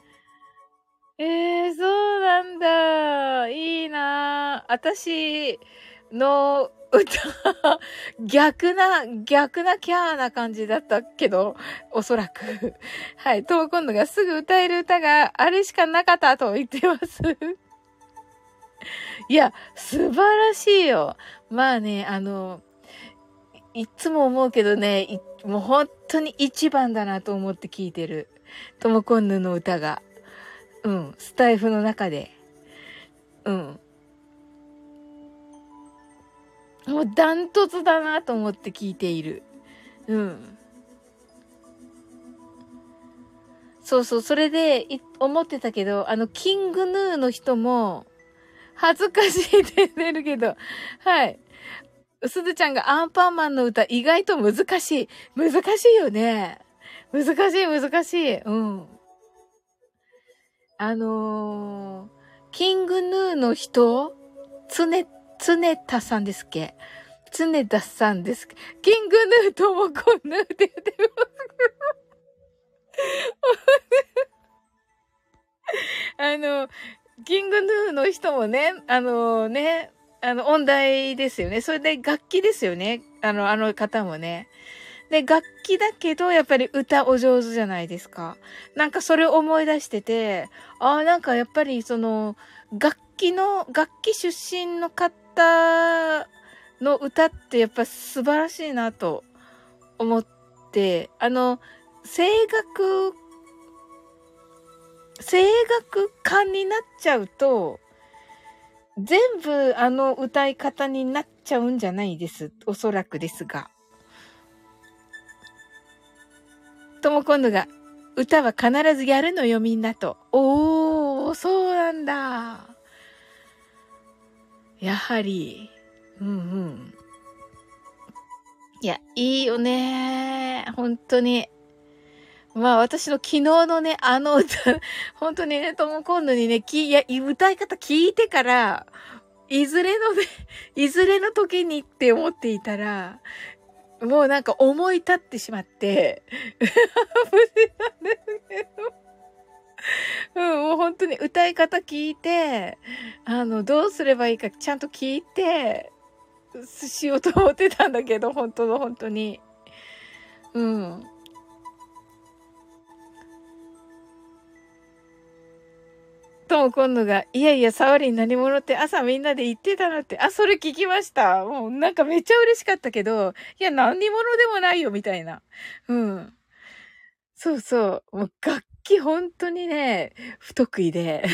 そうなんだ。いいな。私の歌、逆なキャーな感じだったけど、おそらく。はい。と、今度がすぐ歌える歌があれしかなかったと言ってます。いや、素晴らしいよ。まあね、いつも思うけどね、もう本当に一番だなと思って聞いてる。ともこんぬの歌が。うん、スタイフの中で。うん。もうダントツだなと思って聞いている。うん。そうそう、それで思ってたけど、キングヌーの人も、恥ずかしいって言ってるけど、はい。すずちゃんがアンパンマンの歌意外と難しい。難しいよね。難しい。うん。キングヌーの人つねたさんですっけ？つねたさんですっけ？キングヌーともこんヌーって言ってます。 キングヌーの人もね、音大ですよね。それで楽器ですよね。あの方もね。で、楽器だけど、やっぱり歌お上手じゃないですか。なんかそれを思い出してて、なんかやっぱりその、楽器出身の方の歌ってやっぱ素晴らしいなと思って、声楽家になっちゃうと、全部歌い方になっちゃうんじゃないです。おそらくですが。とも今度が、歌は必ずやるのよみんなと。そうなんだ。やはり。うんうん。いや、いいよね。本当に。まあ私の昨日のね、歌、本当にね、とも今度にね、歌い方聞いてから、いずれのね、いずれの時にって思っていたら、もうなんか思い立ってしまって、無事なんですけど。もう本当に歌い方聞いて、どうすればいいかちゃんと聞いて、しようと思ってたんだけど、本当に。うん。とも今度が、いやいや、サオリン何者って朝みんなで言ってたのって、それ聞きました。もうなんかめっちゃ嬉しかったけど、いや、何者でもないよ、みたいな。うん。そうそう。もう楽器本当にね、不得意で。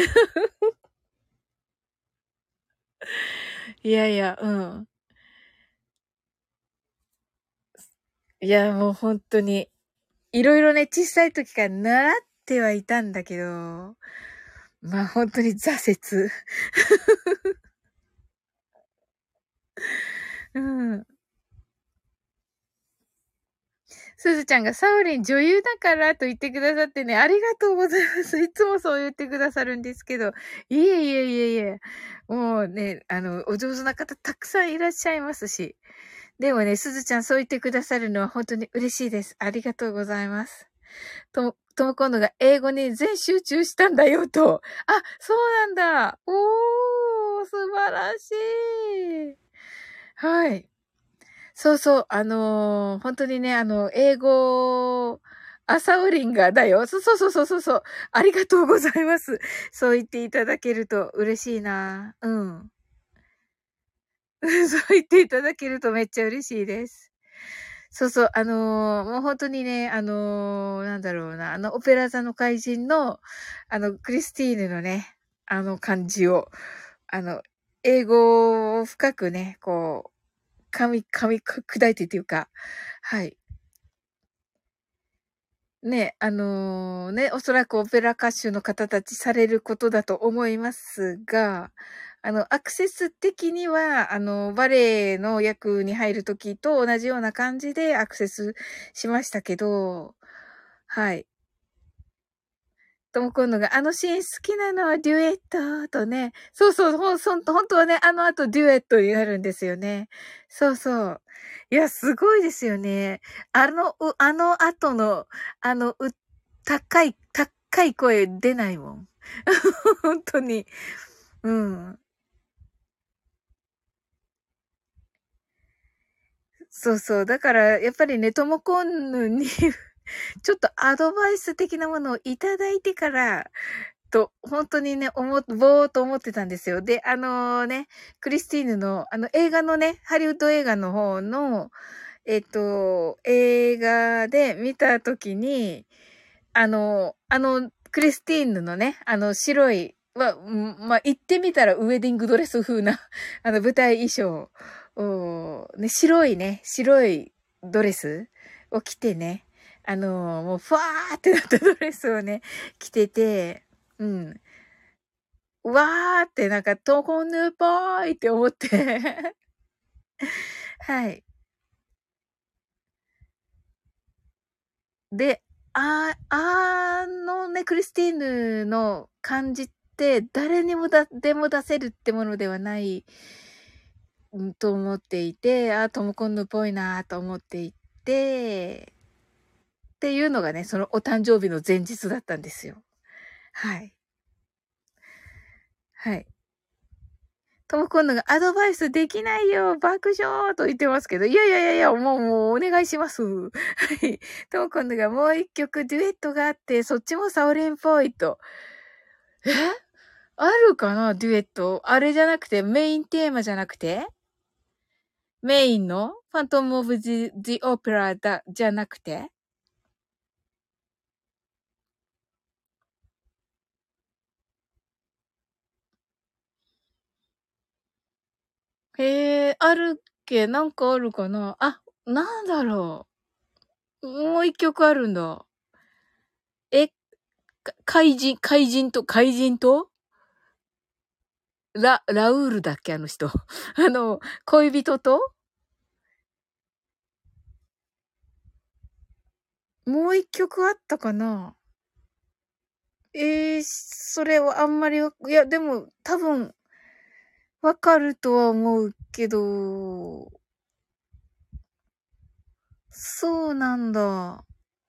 いやいや、うん。いや、もう本当に。いろいろね、小さい時から習ってはいたんだけど、まあ本当に挫折。うん。すずちゃんがサオリン女優だからと言ってくださってね、ありがとうございます。いつもそう言ってくださるんですけど、いえいえいえいえ。もうね、お上手な方たくさんいらっしゃいますし。でもね、すずちゃんそう言ってくださるのは本当に嬉しいです。ありがとうございます。とも今度が英語に全集中したんだよと。そうなんだ。素晴らしい。はい。そうそう、本当にね、英語、サウリンがだよ。そう。ありがとうございます。そう言っていただけると嬉しいな。うん。そう言っていただけるとめっちゃ嬉しいです。そうそう、もう本当にね、なんだろうな、オペラ座の怪人の、クリスティーヌのね、感じを、あの、英語を深くね、こう、砕いてっていうか、はい。ね、ね、おそらくオペラ歌手の方たちされることだと思いますが、アクセス的には、バレエの役に入るときと同じような感じでアクセスしましたけど、はい。とも今度が、あのシーン好きなのはデュエットとね、そう、本当はね、あの後デュエットになるんですよね。そうそう。いや、すごいですよね。あの後の、高い声出ないもん。本当に。うん。そうそう。だから、やっぱりね、ともこんぬにちょっとアドバイス的なものをいただいてから、本当にね、ぼーっと思ってたんですよ。で、クリスティーヌの、映画のね、ハリウッド映画の方の、映画で見たときに、クリスティーヌのね、白い、まあ、言ってみたらウェディングドレス風な、舞台衣装ね、白いドレスを着てね、もう、ふわーってなったドレスをね、着てて、うん。わーってなんか、トコヌーぽーいって思ってはい。で、クリスティーヌの感じって、誰にもでも出せるってものではないと思っていて、トムコンヌっぽいなと思っていて、っていうのがね、そのお誕生日の前日だったんですよ。はい。 はい。ともこんのがアドバイスできないよ爆笑と言ってますけど、いやいやいやいや、もうお願いします。はい。ともこんのがもう一曲デュエットがあって、そっちもサオレンっぽいと。えあるかなデュエット。あれじゃなくて、メインテーマじゃなくてメインのファントム・オブ・ジ・オペラだ、じゃなくてへえ、あるっけなんかあるかなあ、なんだろう。もう一曲あるんだ。え、怪人とラウールだっけあの人。恋人ともう一曲あったかなそれはあんまりいや、でも、多分、わかるとは思うけど、そうなんだ。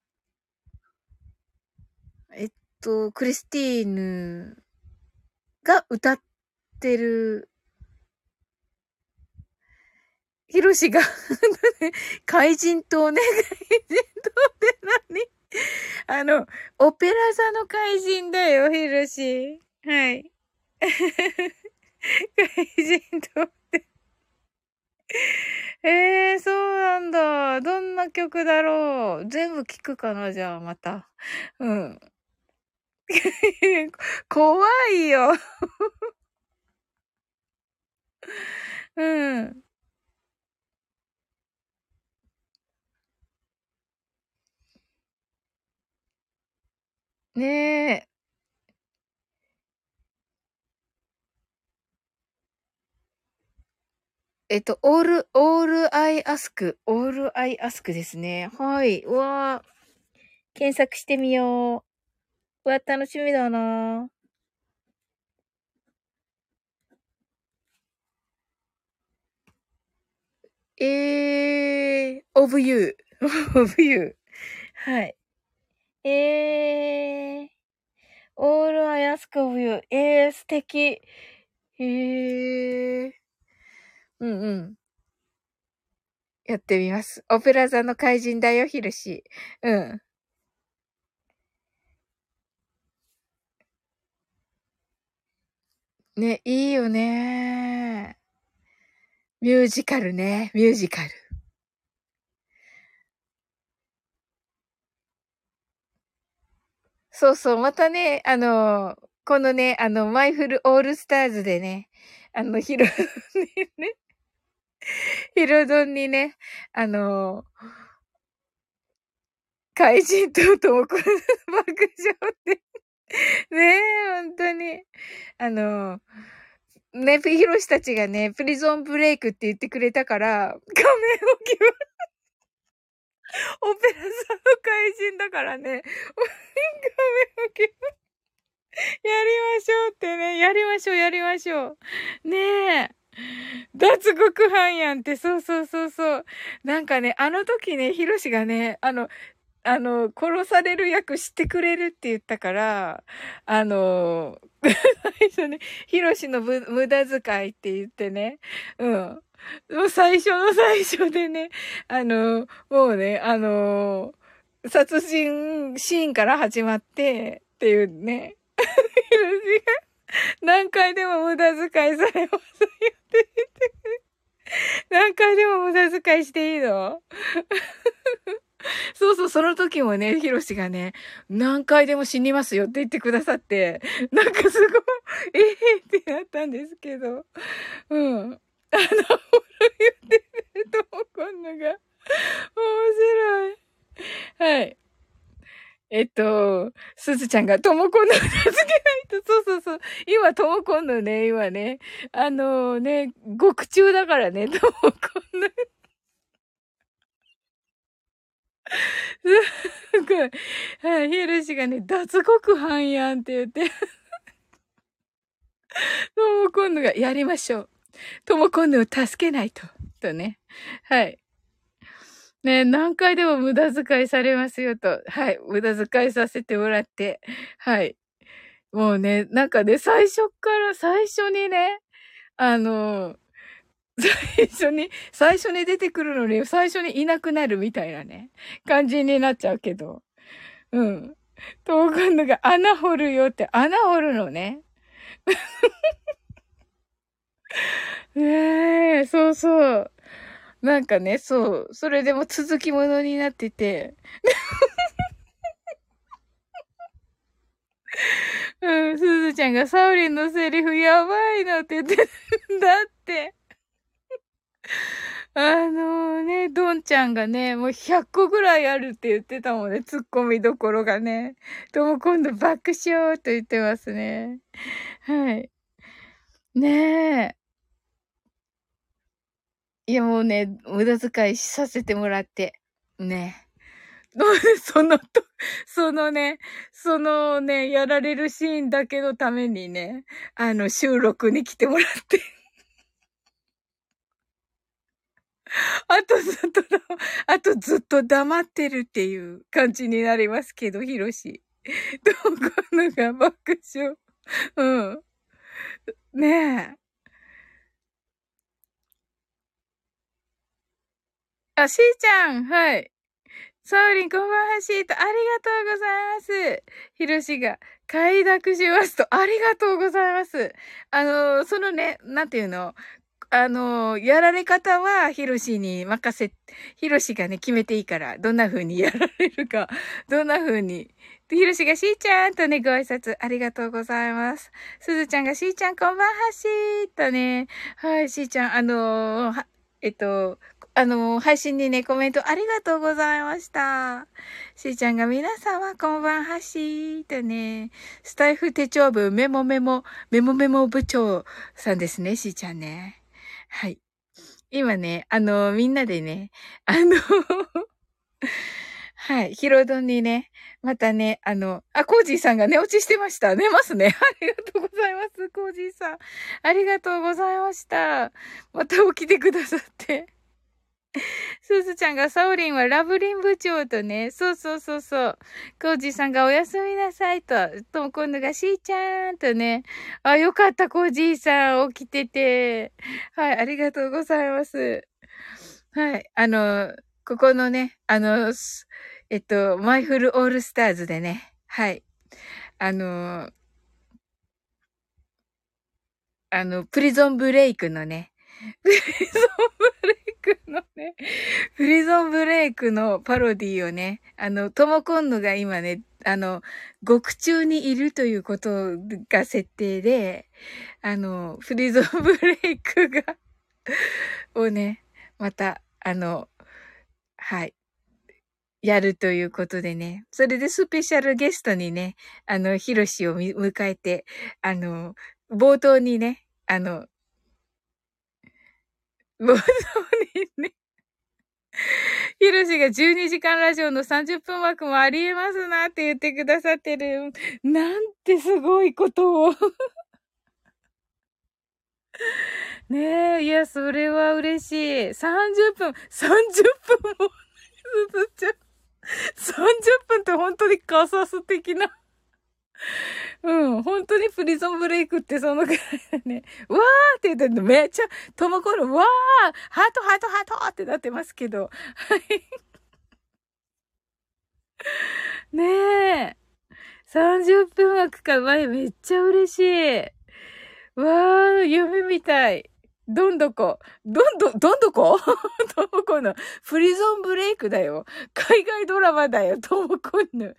えっクリスティーヌが歌ってる、ヒロシが怪人島ね、怪人島って何オペラ座の怪人だよ、ヒロシ。はい。怪人島。そうなんだ。どんな曲だろう。全部聞くかな、じゃあ、また。うん。怖いよ。うん。ねえ。オールアイアスクですね。はい。うわー、検索してみよう。うわ、楽しみだな。of you. of you. はい。all I ask of you. 素敵。うんうん。やってみます。オペラ座の怪人だよ、ヒルシ。うん。ね、いいよね。ミュージカルね、ミュージカル。そうそう、またね、このね、マイフルオールスターズでね、ヒロドンにね、ヒロドンにね、あの、怪人とトもこの爆笑って。ねえ、ほんとに。あの、ね、ヒロシたちがね、プリゾンブレイクって言ってくれたから、画面置きはオペラ座の怪人だからね、画面置きはやりましょうってね、やりましょう、やりましょう。ねえ。脱獄犯やんって、そうそうそうそう。なんかね、あの時ね、ヒロシがね、殺される役してくれるって言ったから、最初ね、ヒロシの無駄遣いって言ってね、うん。もう最初の最初でね、もうね、殺人シーンから始まってっていうね、ヒロシが何回でも無駄遣いされますよって言って何回でも無駄遣いしていいのそうそう、その時もね、ヒロシがね、何回でも死にますよって言ってくださって、なんかすごい、ってなったんですけど、うん。言ってると今度が、面白い。はい。すずちゃんがともこんの名付けないと、そうそうそう。今、ともこんのね、今ね、獄中だからね、ともこんの。すごい。はい、ヒロシがね、脱獄犯やんって言って、ともこんのがやりましょう。ともこんのを助けないと。とね。はい。ね、何回でも無駄遣いされますよと。はい。無駄遣いさせてもらって。はい。 もうね、なんかね、最初にね、あの、最初に出てくるのに、最初にいなくなるみたいなね、感じになっちゃうけど。うん。と、今度が穴掘るよって、穴掘るのね。ねえ、そうそう。なんかね、そう。それでも続きものになってて。うん、すずちゃんがサウリンのセリフやばいのって言ってるんだって。ドンちゃんがね、もう100個ぐらいあるって言ってたもんね、突っ込みどころがね。とも今度爆笑と言ってますね。はい。ねえ。いやもうね、無駄遣いさせてもらって。ね。そのと、そのね、やられるシーンだけのためにね、収録に来てもらって。あとずっとだ、あとずっと黙ってるっていう感じになりますけど、ヒロシ。どこのが爆笑。うん。ねえ。あ、しーちゃん、はい。サウリン、こんばんは、シート。ありがとうございます。ヒロシが、快諾しますと、ありがとうございます。そのね、なんていうの、やられ方は、ヒロシがね、決めていいから、どんな風にやられるか、どんな風に。でヒロシがしーちゃんとね、ご挨拶ありがとうございます。すずちゃんがしーちゃんこんばんはしーとね、はい、しーちゃん、えっと、配信にね、コメントありがとうございました。しーちゃんが皆様こんばんはしーとね、スタイフ手帳部メモ部長さんですね、しーちゃんね。はい。今ね、みんなでね、はい、ヒロドンにね、またね、コージーさんが寝落ちしてました。寝ますね。ありがとうございます、コージーさん。ありがとうございました。また起きてくださって。すずちゃんがサオリンはラブリン部長とね、そうそうそうそう。コージーさんがおやすみなさいと、とも今度がしーちゃんとね。あ、よかった、コージーさん起きてて。はい、ありがとうございます。はい、ここのね、マイフルオールスターズでね、はい、あの、プリゾンブレイクのね、プリゾンブレイクのね、プリゾンブレイクのパロディをね、トモコンヌが今ね、獄中にいるということが設定で、プリゾンブレイクをね、また、はい、やるということでね。それでスペシャルゲストにね、ヒロシを迎えて、冒頭にね、冒頭にね、ヒロシが12時間ラジオの30分枠もありえますなって言ってくださってる。なんてすごいことを。ねえ、いや、それは嬉しい。30分も、30分って本当にカサス的な。うん、本当にプリゾンブレイクってそのくらいだね。わーって言ってるのめっちゃ、ともころ、わーハートハートハートってなってますけど。はい。ねえ。30分枠か、わい、めっちゃ嬉しい。わー、夢みたい。どんどこともこの、プリゾンブレイクだよ。海外ドラマだよ、ともこんぬ。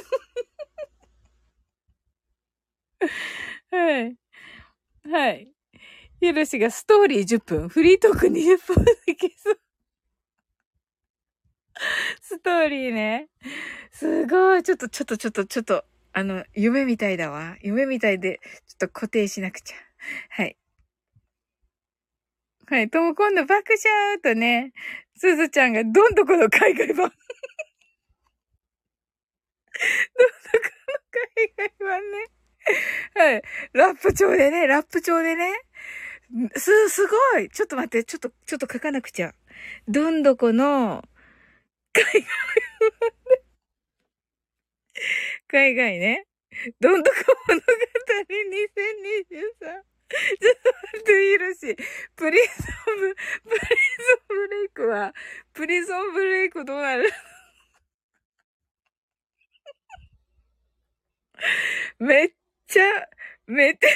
はい。はい。ヒロシがストーリー10分、フリートーク20分いけそう。ストーリーね。すごい。ちょっと、夢みたいだわ。夢みたいで、ちょっと固定しなくちゃ。はい。はい。とも今度爆笑とね、すずちゃんがどんどこの海外版。どんどこの海外版ね。はい。ラップ調でね。すごい。ちょっと待って、ちょっと書かなくちゃ。どんどこの海外ね。 どんどこ物語2023。ちょっと待って、ヒロシ。プリゾンブレイクは、プリゾンブレイクどうなる？めっちゃ、めっちゃ、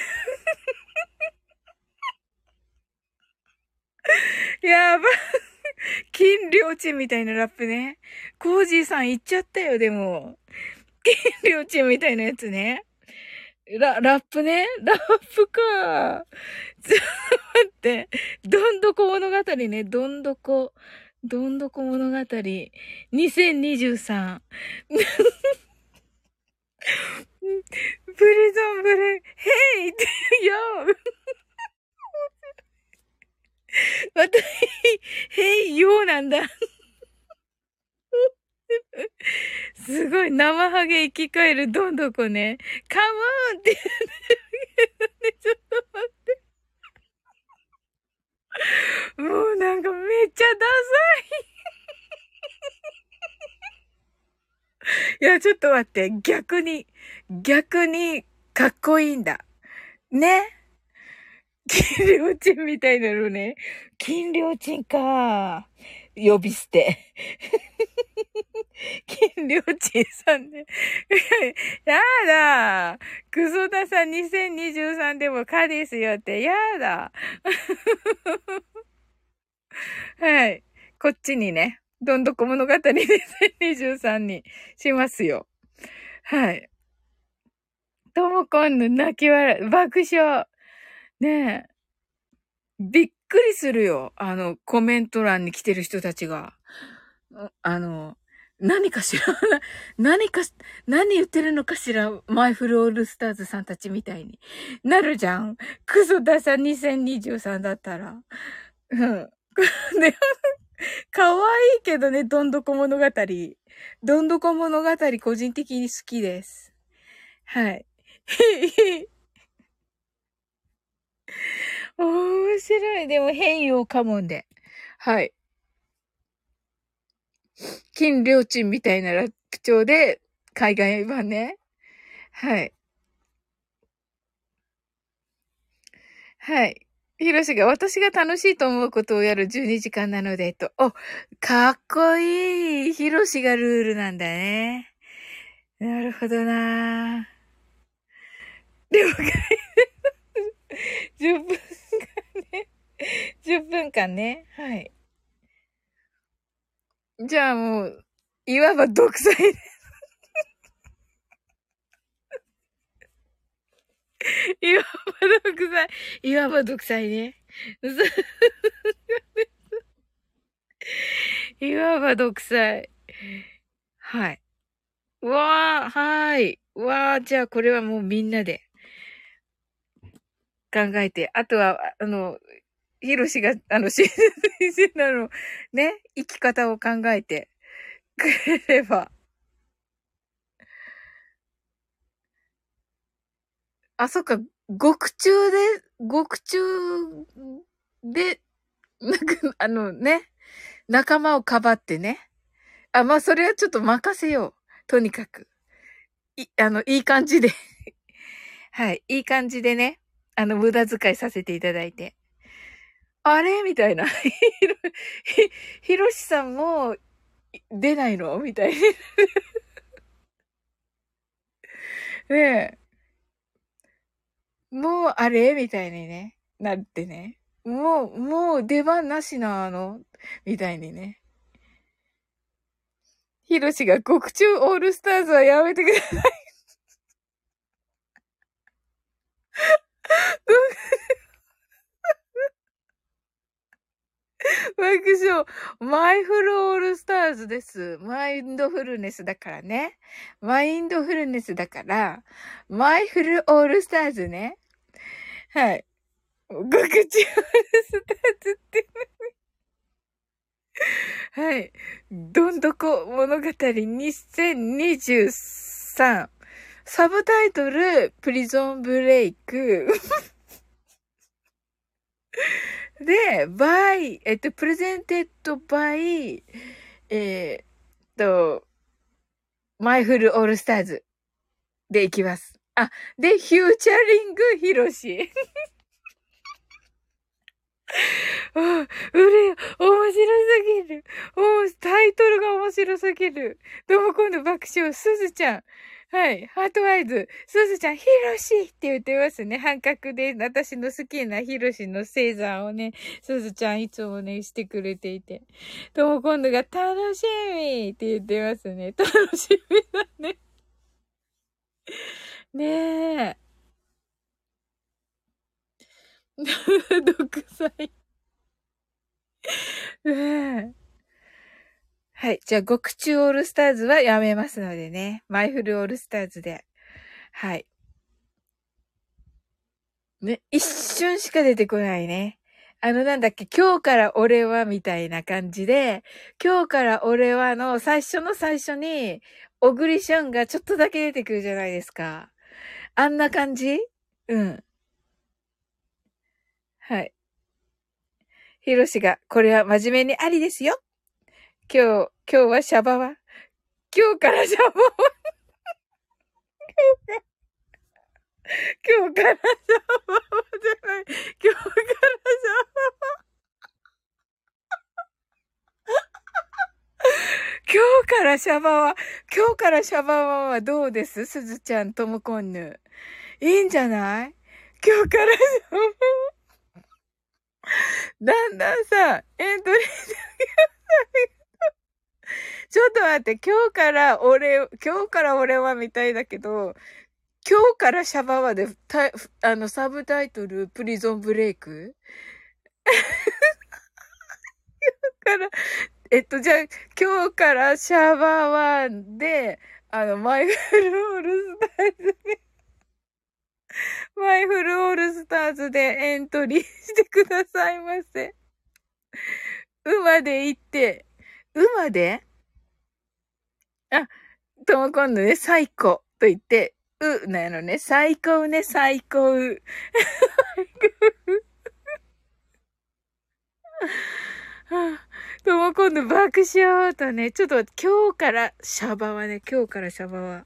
やば。金良鎮みたいなラップね。コージーさん言っちゃったよ、でも。金良鎮みたいなやつね。ラップね。ラップか。ちょっと待って。どんどこ物語ね。どんどこ物語。2023。プリゾンブレイ、ヘイってよ。また、ヘイよなんだ。すごい、生ハゲ生き返るどんどこね。カモンって言ってるね。ちょっと待って。もうなんかめっちゃダサい。いや、ちょっと待って。逆に、かっこいいんだ。ね。金良鎮みたいなのね。金良鎮か。呼び捨て。金良鎮さんね。やだ。クソダさん2023でもカですよって。やだ。はい。こっちにね。どんどこ物語2023にしますよ。はい。ともこんの泣き笑い、爆笑。ねえ。びっくりするよ。コメント欄に来てる人たちが。あの、何かしら、何か、何言ってるのかしら、マイフルオールスターズさんたちみたいになるじゃん。クソダサ2023だったら。うん。ね、可愛いけどね、どんどこ物語。どんどこ物語個人的に好きです。はい。面白い。でも変容かもんで。はい。金良鎮みたいなラップ調で、海外版ね。はい。はい。ヒロシが私が楽しいと思うことをやる12時間なので、と。お、かっこいい。ヒロシがルールなんだね。なるほどな。了解。10分間ね。10分間ね。はい。じゃあもう、いわば独裁で。いわば独裁。いわば独裁ね。いわば独裁。はい。うわー、はい。うわー、じゃあこれはもうみんなで考えて、あとは、ヒロシが、先生のね、生き方を考えてくれれば。あ、そっか、獄中で、なんか、ね、仲間をかばってね。あ、まあ、それはちょっと任せよう。とにかく。いい感じではい。いい感じでね。無駄遣いさせていただいて。あれみたいな。ひろしさんも出ないのみたいに。ねえ。もうあれみたいにね。なってね。もう出番なしなのみたいにね。ひろしが獄中オールスターズはやめてください。爆笑。マイフルオールスターズです。マインドフルネスだからね。マインドフルネスだから、マイフルオールスターズね。はい。獄中オールスターズって。はい。どんどこ物語2023。サブタイトル、プリゾンブレイク。で、プレゼンテッドバイ、マイフルオールスターズでいきます。あ、で、フューチャリングヒロシ。あ、面白すぎる。タイトルが面白すぎる。どうも今度爆笑、すずちゃん。はい。ハートワイズ。すずちゃん、ヒロシって言ってますね。半角で、私の好きなヒロシの星座をね、すずちゃんいつもね、してくれていて。どうも今度が楽しみって言ってますね。楽しみだね。ねえ。独裁。ねえ。はい。じゃあ、極中オールスターズはやめますのでね。マイフルオールスターズで。はい。ね、一瞬しか出てこないね。なんだっけ、今日から俺はみたいな感じで、今日から俺はの最初の最初に、小栗旬がちょっとだけ出てくるじゃないですか。あんな感じ。うん。はい。ヒロシが、これは真面目にありですよ。今日はシャバは今日からシャバは今日からシャバはじゃない。今日からシャバ今日からシャバはどうですすずちゃん、ともこんぬ。いいんじゃない今日からシャバはだんだんさ、エントリーちょっと待って、今日から俺はみたいだけど、今日からシャバはで、サブタイトル、プリゾンブレイクから、じゃあ、今日からシャバワンで、マイフルオールスターズで、マイフルオールスターズでエントリーしてくださいませ。馬で行って、馬であ、とも今度ね、最高と言って、なのね、最高ね、最高。とも今度爆笑とね、ちょっと今日からシャバはね、今日からシャバは。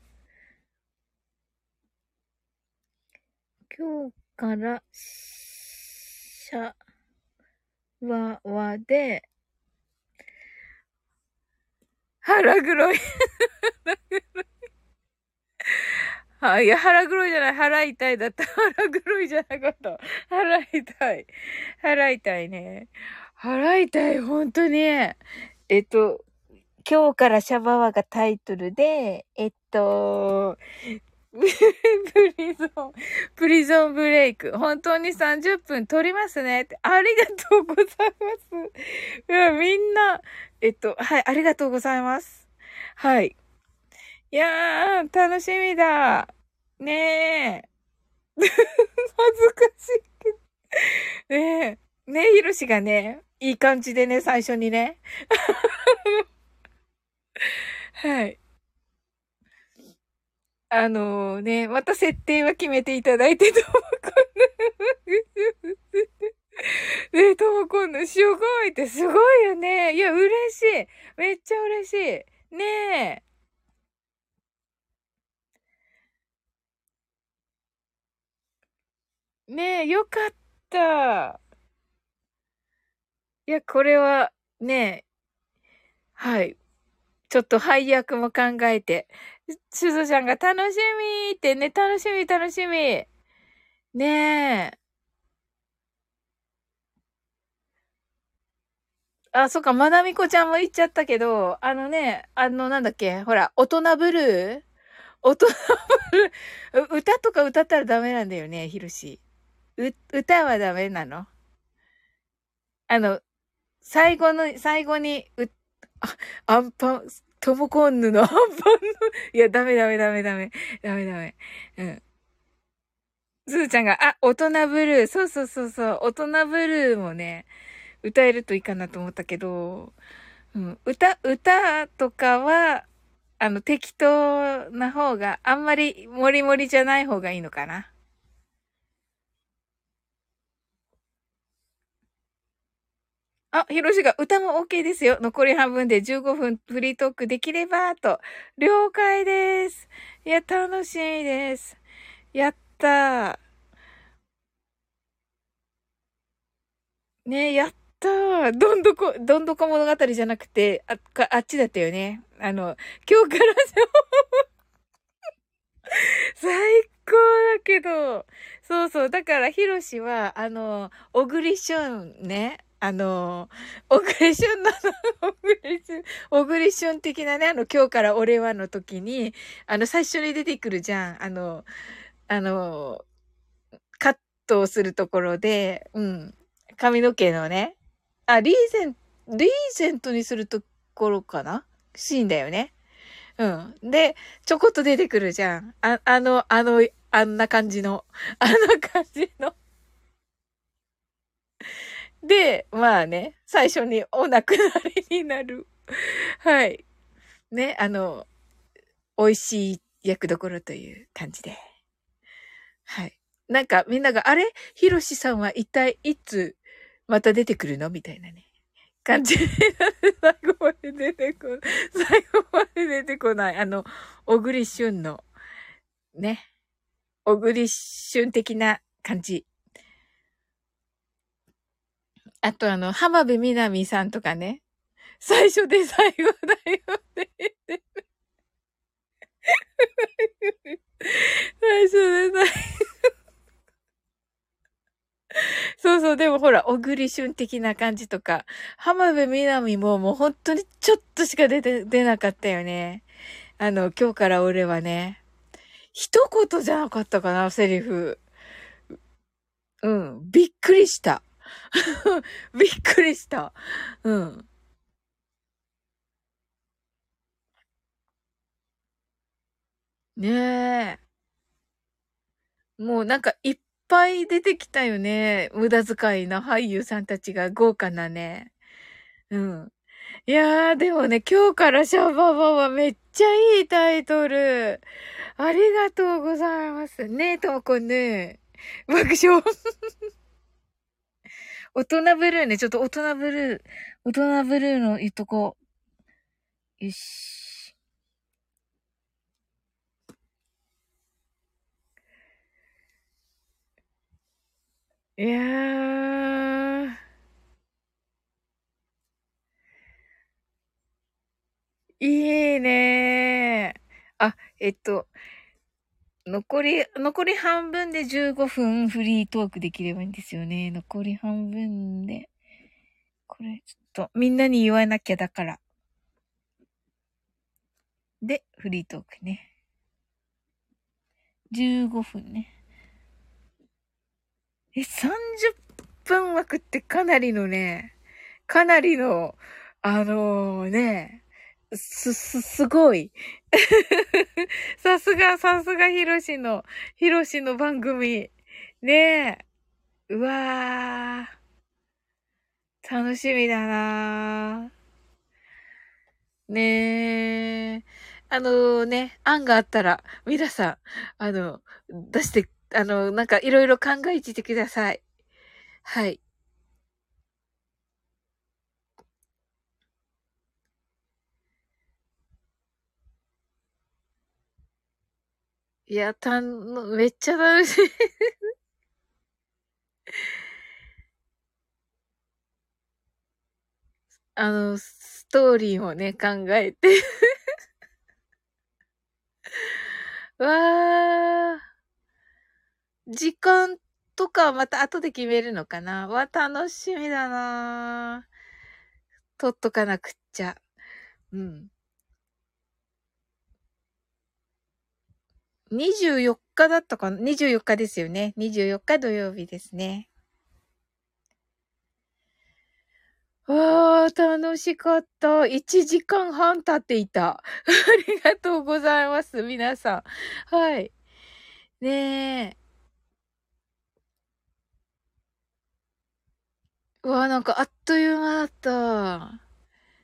今日からシャバはで、腹黒い。あ、いや、腹黒いじゃない、腹痛いだった。腹黒いじゃなかった。腹痛い。腹痛いね。腹痛い、本当に。今日からシャバワがタイトルで、プリゾンブレイク。本当に30分撮りますねって。ありがとうございます。いや、みんな、はい、ありがとうございます。はい。いやー、楽しみだ。ねえ。恥ずかしいけど。ねえ。ねえ、ひろしがね、いい感じでね、最初にね。はい。また設定は決めていただいて、ともこんぬ。ね、ともこんぬ、すごいってすごいよね。いや、嬉しい。めっちゃ嬉しい。ねえ。ねえ、よかった。いや、これは、ねえ、はい。ちょっと配役も考えて。すずちゃんが楽しみってね、楽しみ楽しみ。ねえ。あ、そっか、まなみこちゃんも言っちゃったけど、なんだっけ、ほら、大人ブルー大人ブルー歌とか歌ったらダメなんだよね、ひろし。歌はダメなのあの、最後に、アンパン、トモコンヌのアンパンの、いや、ダメダメダメダメ。ダメダメ。うん。ズーちゃんが、大人ブルー。そうそうそうそう。大人ブルーもね、歌えるといいかなと思ったけど、うん。歌とかは、適当な方が、あんまりモリモリじゃない方がいいのかな。 あ、ヒロシが歌も OK ですよ。残り半分で15分フリートークできれば、と。了解です。いや、楽しみです。やったー。ね、やったー。どんどこ物語じゃなくて、あっちだったよね。今日から最高だけど、そうそう。だから、ヒロシは、小栗旬ね。小栗旬なの、小栗旬的なね、今日から俺はの時に、最初に出てくるじゃん。あの、カットをするところで、うん。髪の毛のね。あ、リーゼントにするところかなシーンだよね。うん。で、ちょこっと出てくるじゃん。あんな感じの。あんな感じの。で、まあね、最初にお亡くなりになる。はい。ね、美味しい役どころという感じで。はい。なんかみんなが、あれヒロシさんは一体いつまた出てくるのみたいなね。感じで、最後まで出てこない。最後まで出てこない。小栗旬の、ね。小栗旬的な感じ。あと浜辺美波さんとかね。最初で最後だよね。最初で最後。そうそう、でもほら、小栗旬的な感じとか、浜辺美波ももう本当にちょっとしか出なかったよね。今日から俺はね、一言じゃなかったかな、セリフ。うん、びっくりした。びっくりした。うん。ねえ。もうなんかいっぱい出てきたよね。無駄遣いな俳優さんたちが豪華なね。うん。いやー、でもね、今日からシャババはめっちゃいいタイトル。ありがとうございます。ねえ、ともこね。爆笑。大人ブルーね。ちょっと大人ブルーの言っとこう。よし。いやー、いいねー。あ、残り半分で15分フリートークできればいいんですよね。残り半分で。これ、ちょっと、みんなに言わなきゃだから。で、フリートークね。15分ね。30分枠ってかなりのね、かなりの、ね、すごい。さすがヒロシの番組。ねえ。うわー。楽しみだなー。ねえ。案があったら、皆さん、出して、なんかいろいろ考えてください。はい。いや、めっちゃ楽しい。ストーリーもね、考えて。わー。時間とかまた後で決めるのかな楽しみだな撮っとかなくっちゃ。うん。24日だったかな？ 24 日ですよね。24日土曜日ですね。わー、楽しかった。1時間半経っていた。ありがとうございます、皆さん。はい。ねえ。うわー、なんかあっという間だった。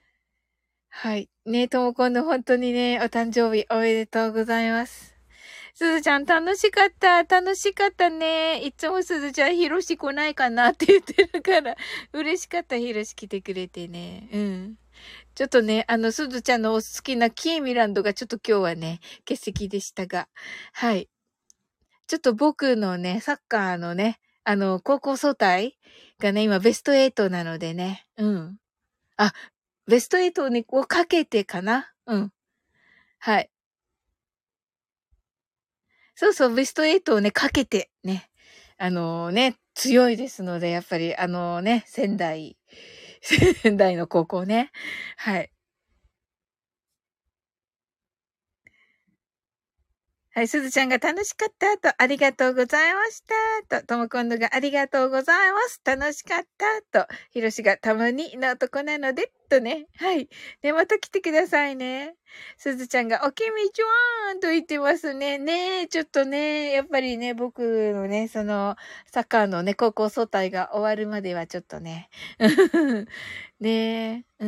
はい。ねえ、ともこんの本当にね、お誕生日おめでとうございます。 すずちゃん楽しかった。楽しかったね。いつもすずちゃんひろし来ないかなって言ってるから、嬉しかった。ひろし来てくれてね。うん。ちょっとね、すずちゃんのお好きなキーミランドがちょっと今日はね、欠席でしたが。はい。ちょっと僕のね、サッカーのね、高校総体がね、今ベスト8なのでね。うん。あ、ベスト8にをかけてかな。うん。はい。そうそう、ベスト8をね、かけて、ね。強いですので、やっぱり、仙台の高校ね。はい。はい、すずちゃんが楽しかったと、ありがとうございましたと、ともこんぬがありがとうございます。楽しかったと、ひろしがたまにの男なので、とね。はい。で、また来てくださいね。すずちゃんが、おきみちわーんと言ってますね。ねえ、ちょっとね、やっぱりね、僕のね、サッカーのね、高校総体が終わるまではちょっとね。ねえ、うん。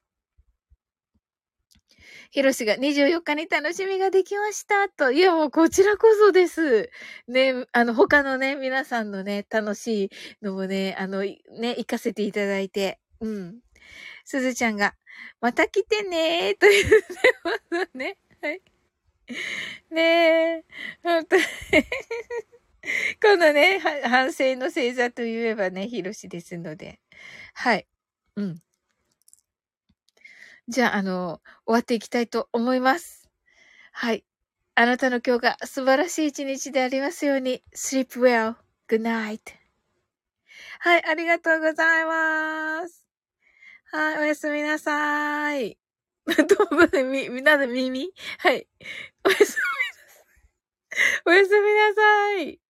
ひろしが24日に楽しみができましたと。いや、もうこちらこそです。ね、他のね、皆さんのね、楽しいのもね、行かせていただいて。うん。すずちゃんが、また来てねーと言ってますね。はい。ねえ、本当にこのね、反省の星座といえばね、ひろしですので。はい。うん。じゃあ、終わっていきたいと思います。はい。あなたの今日が素晴らしい一日でありますように。sleep well. Good night. はい、ありがとうございます。はい、おやすみなさい。どうもなんで耳はい。おやすみなさい。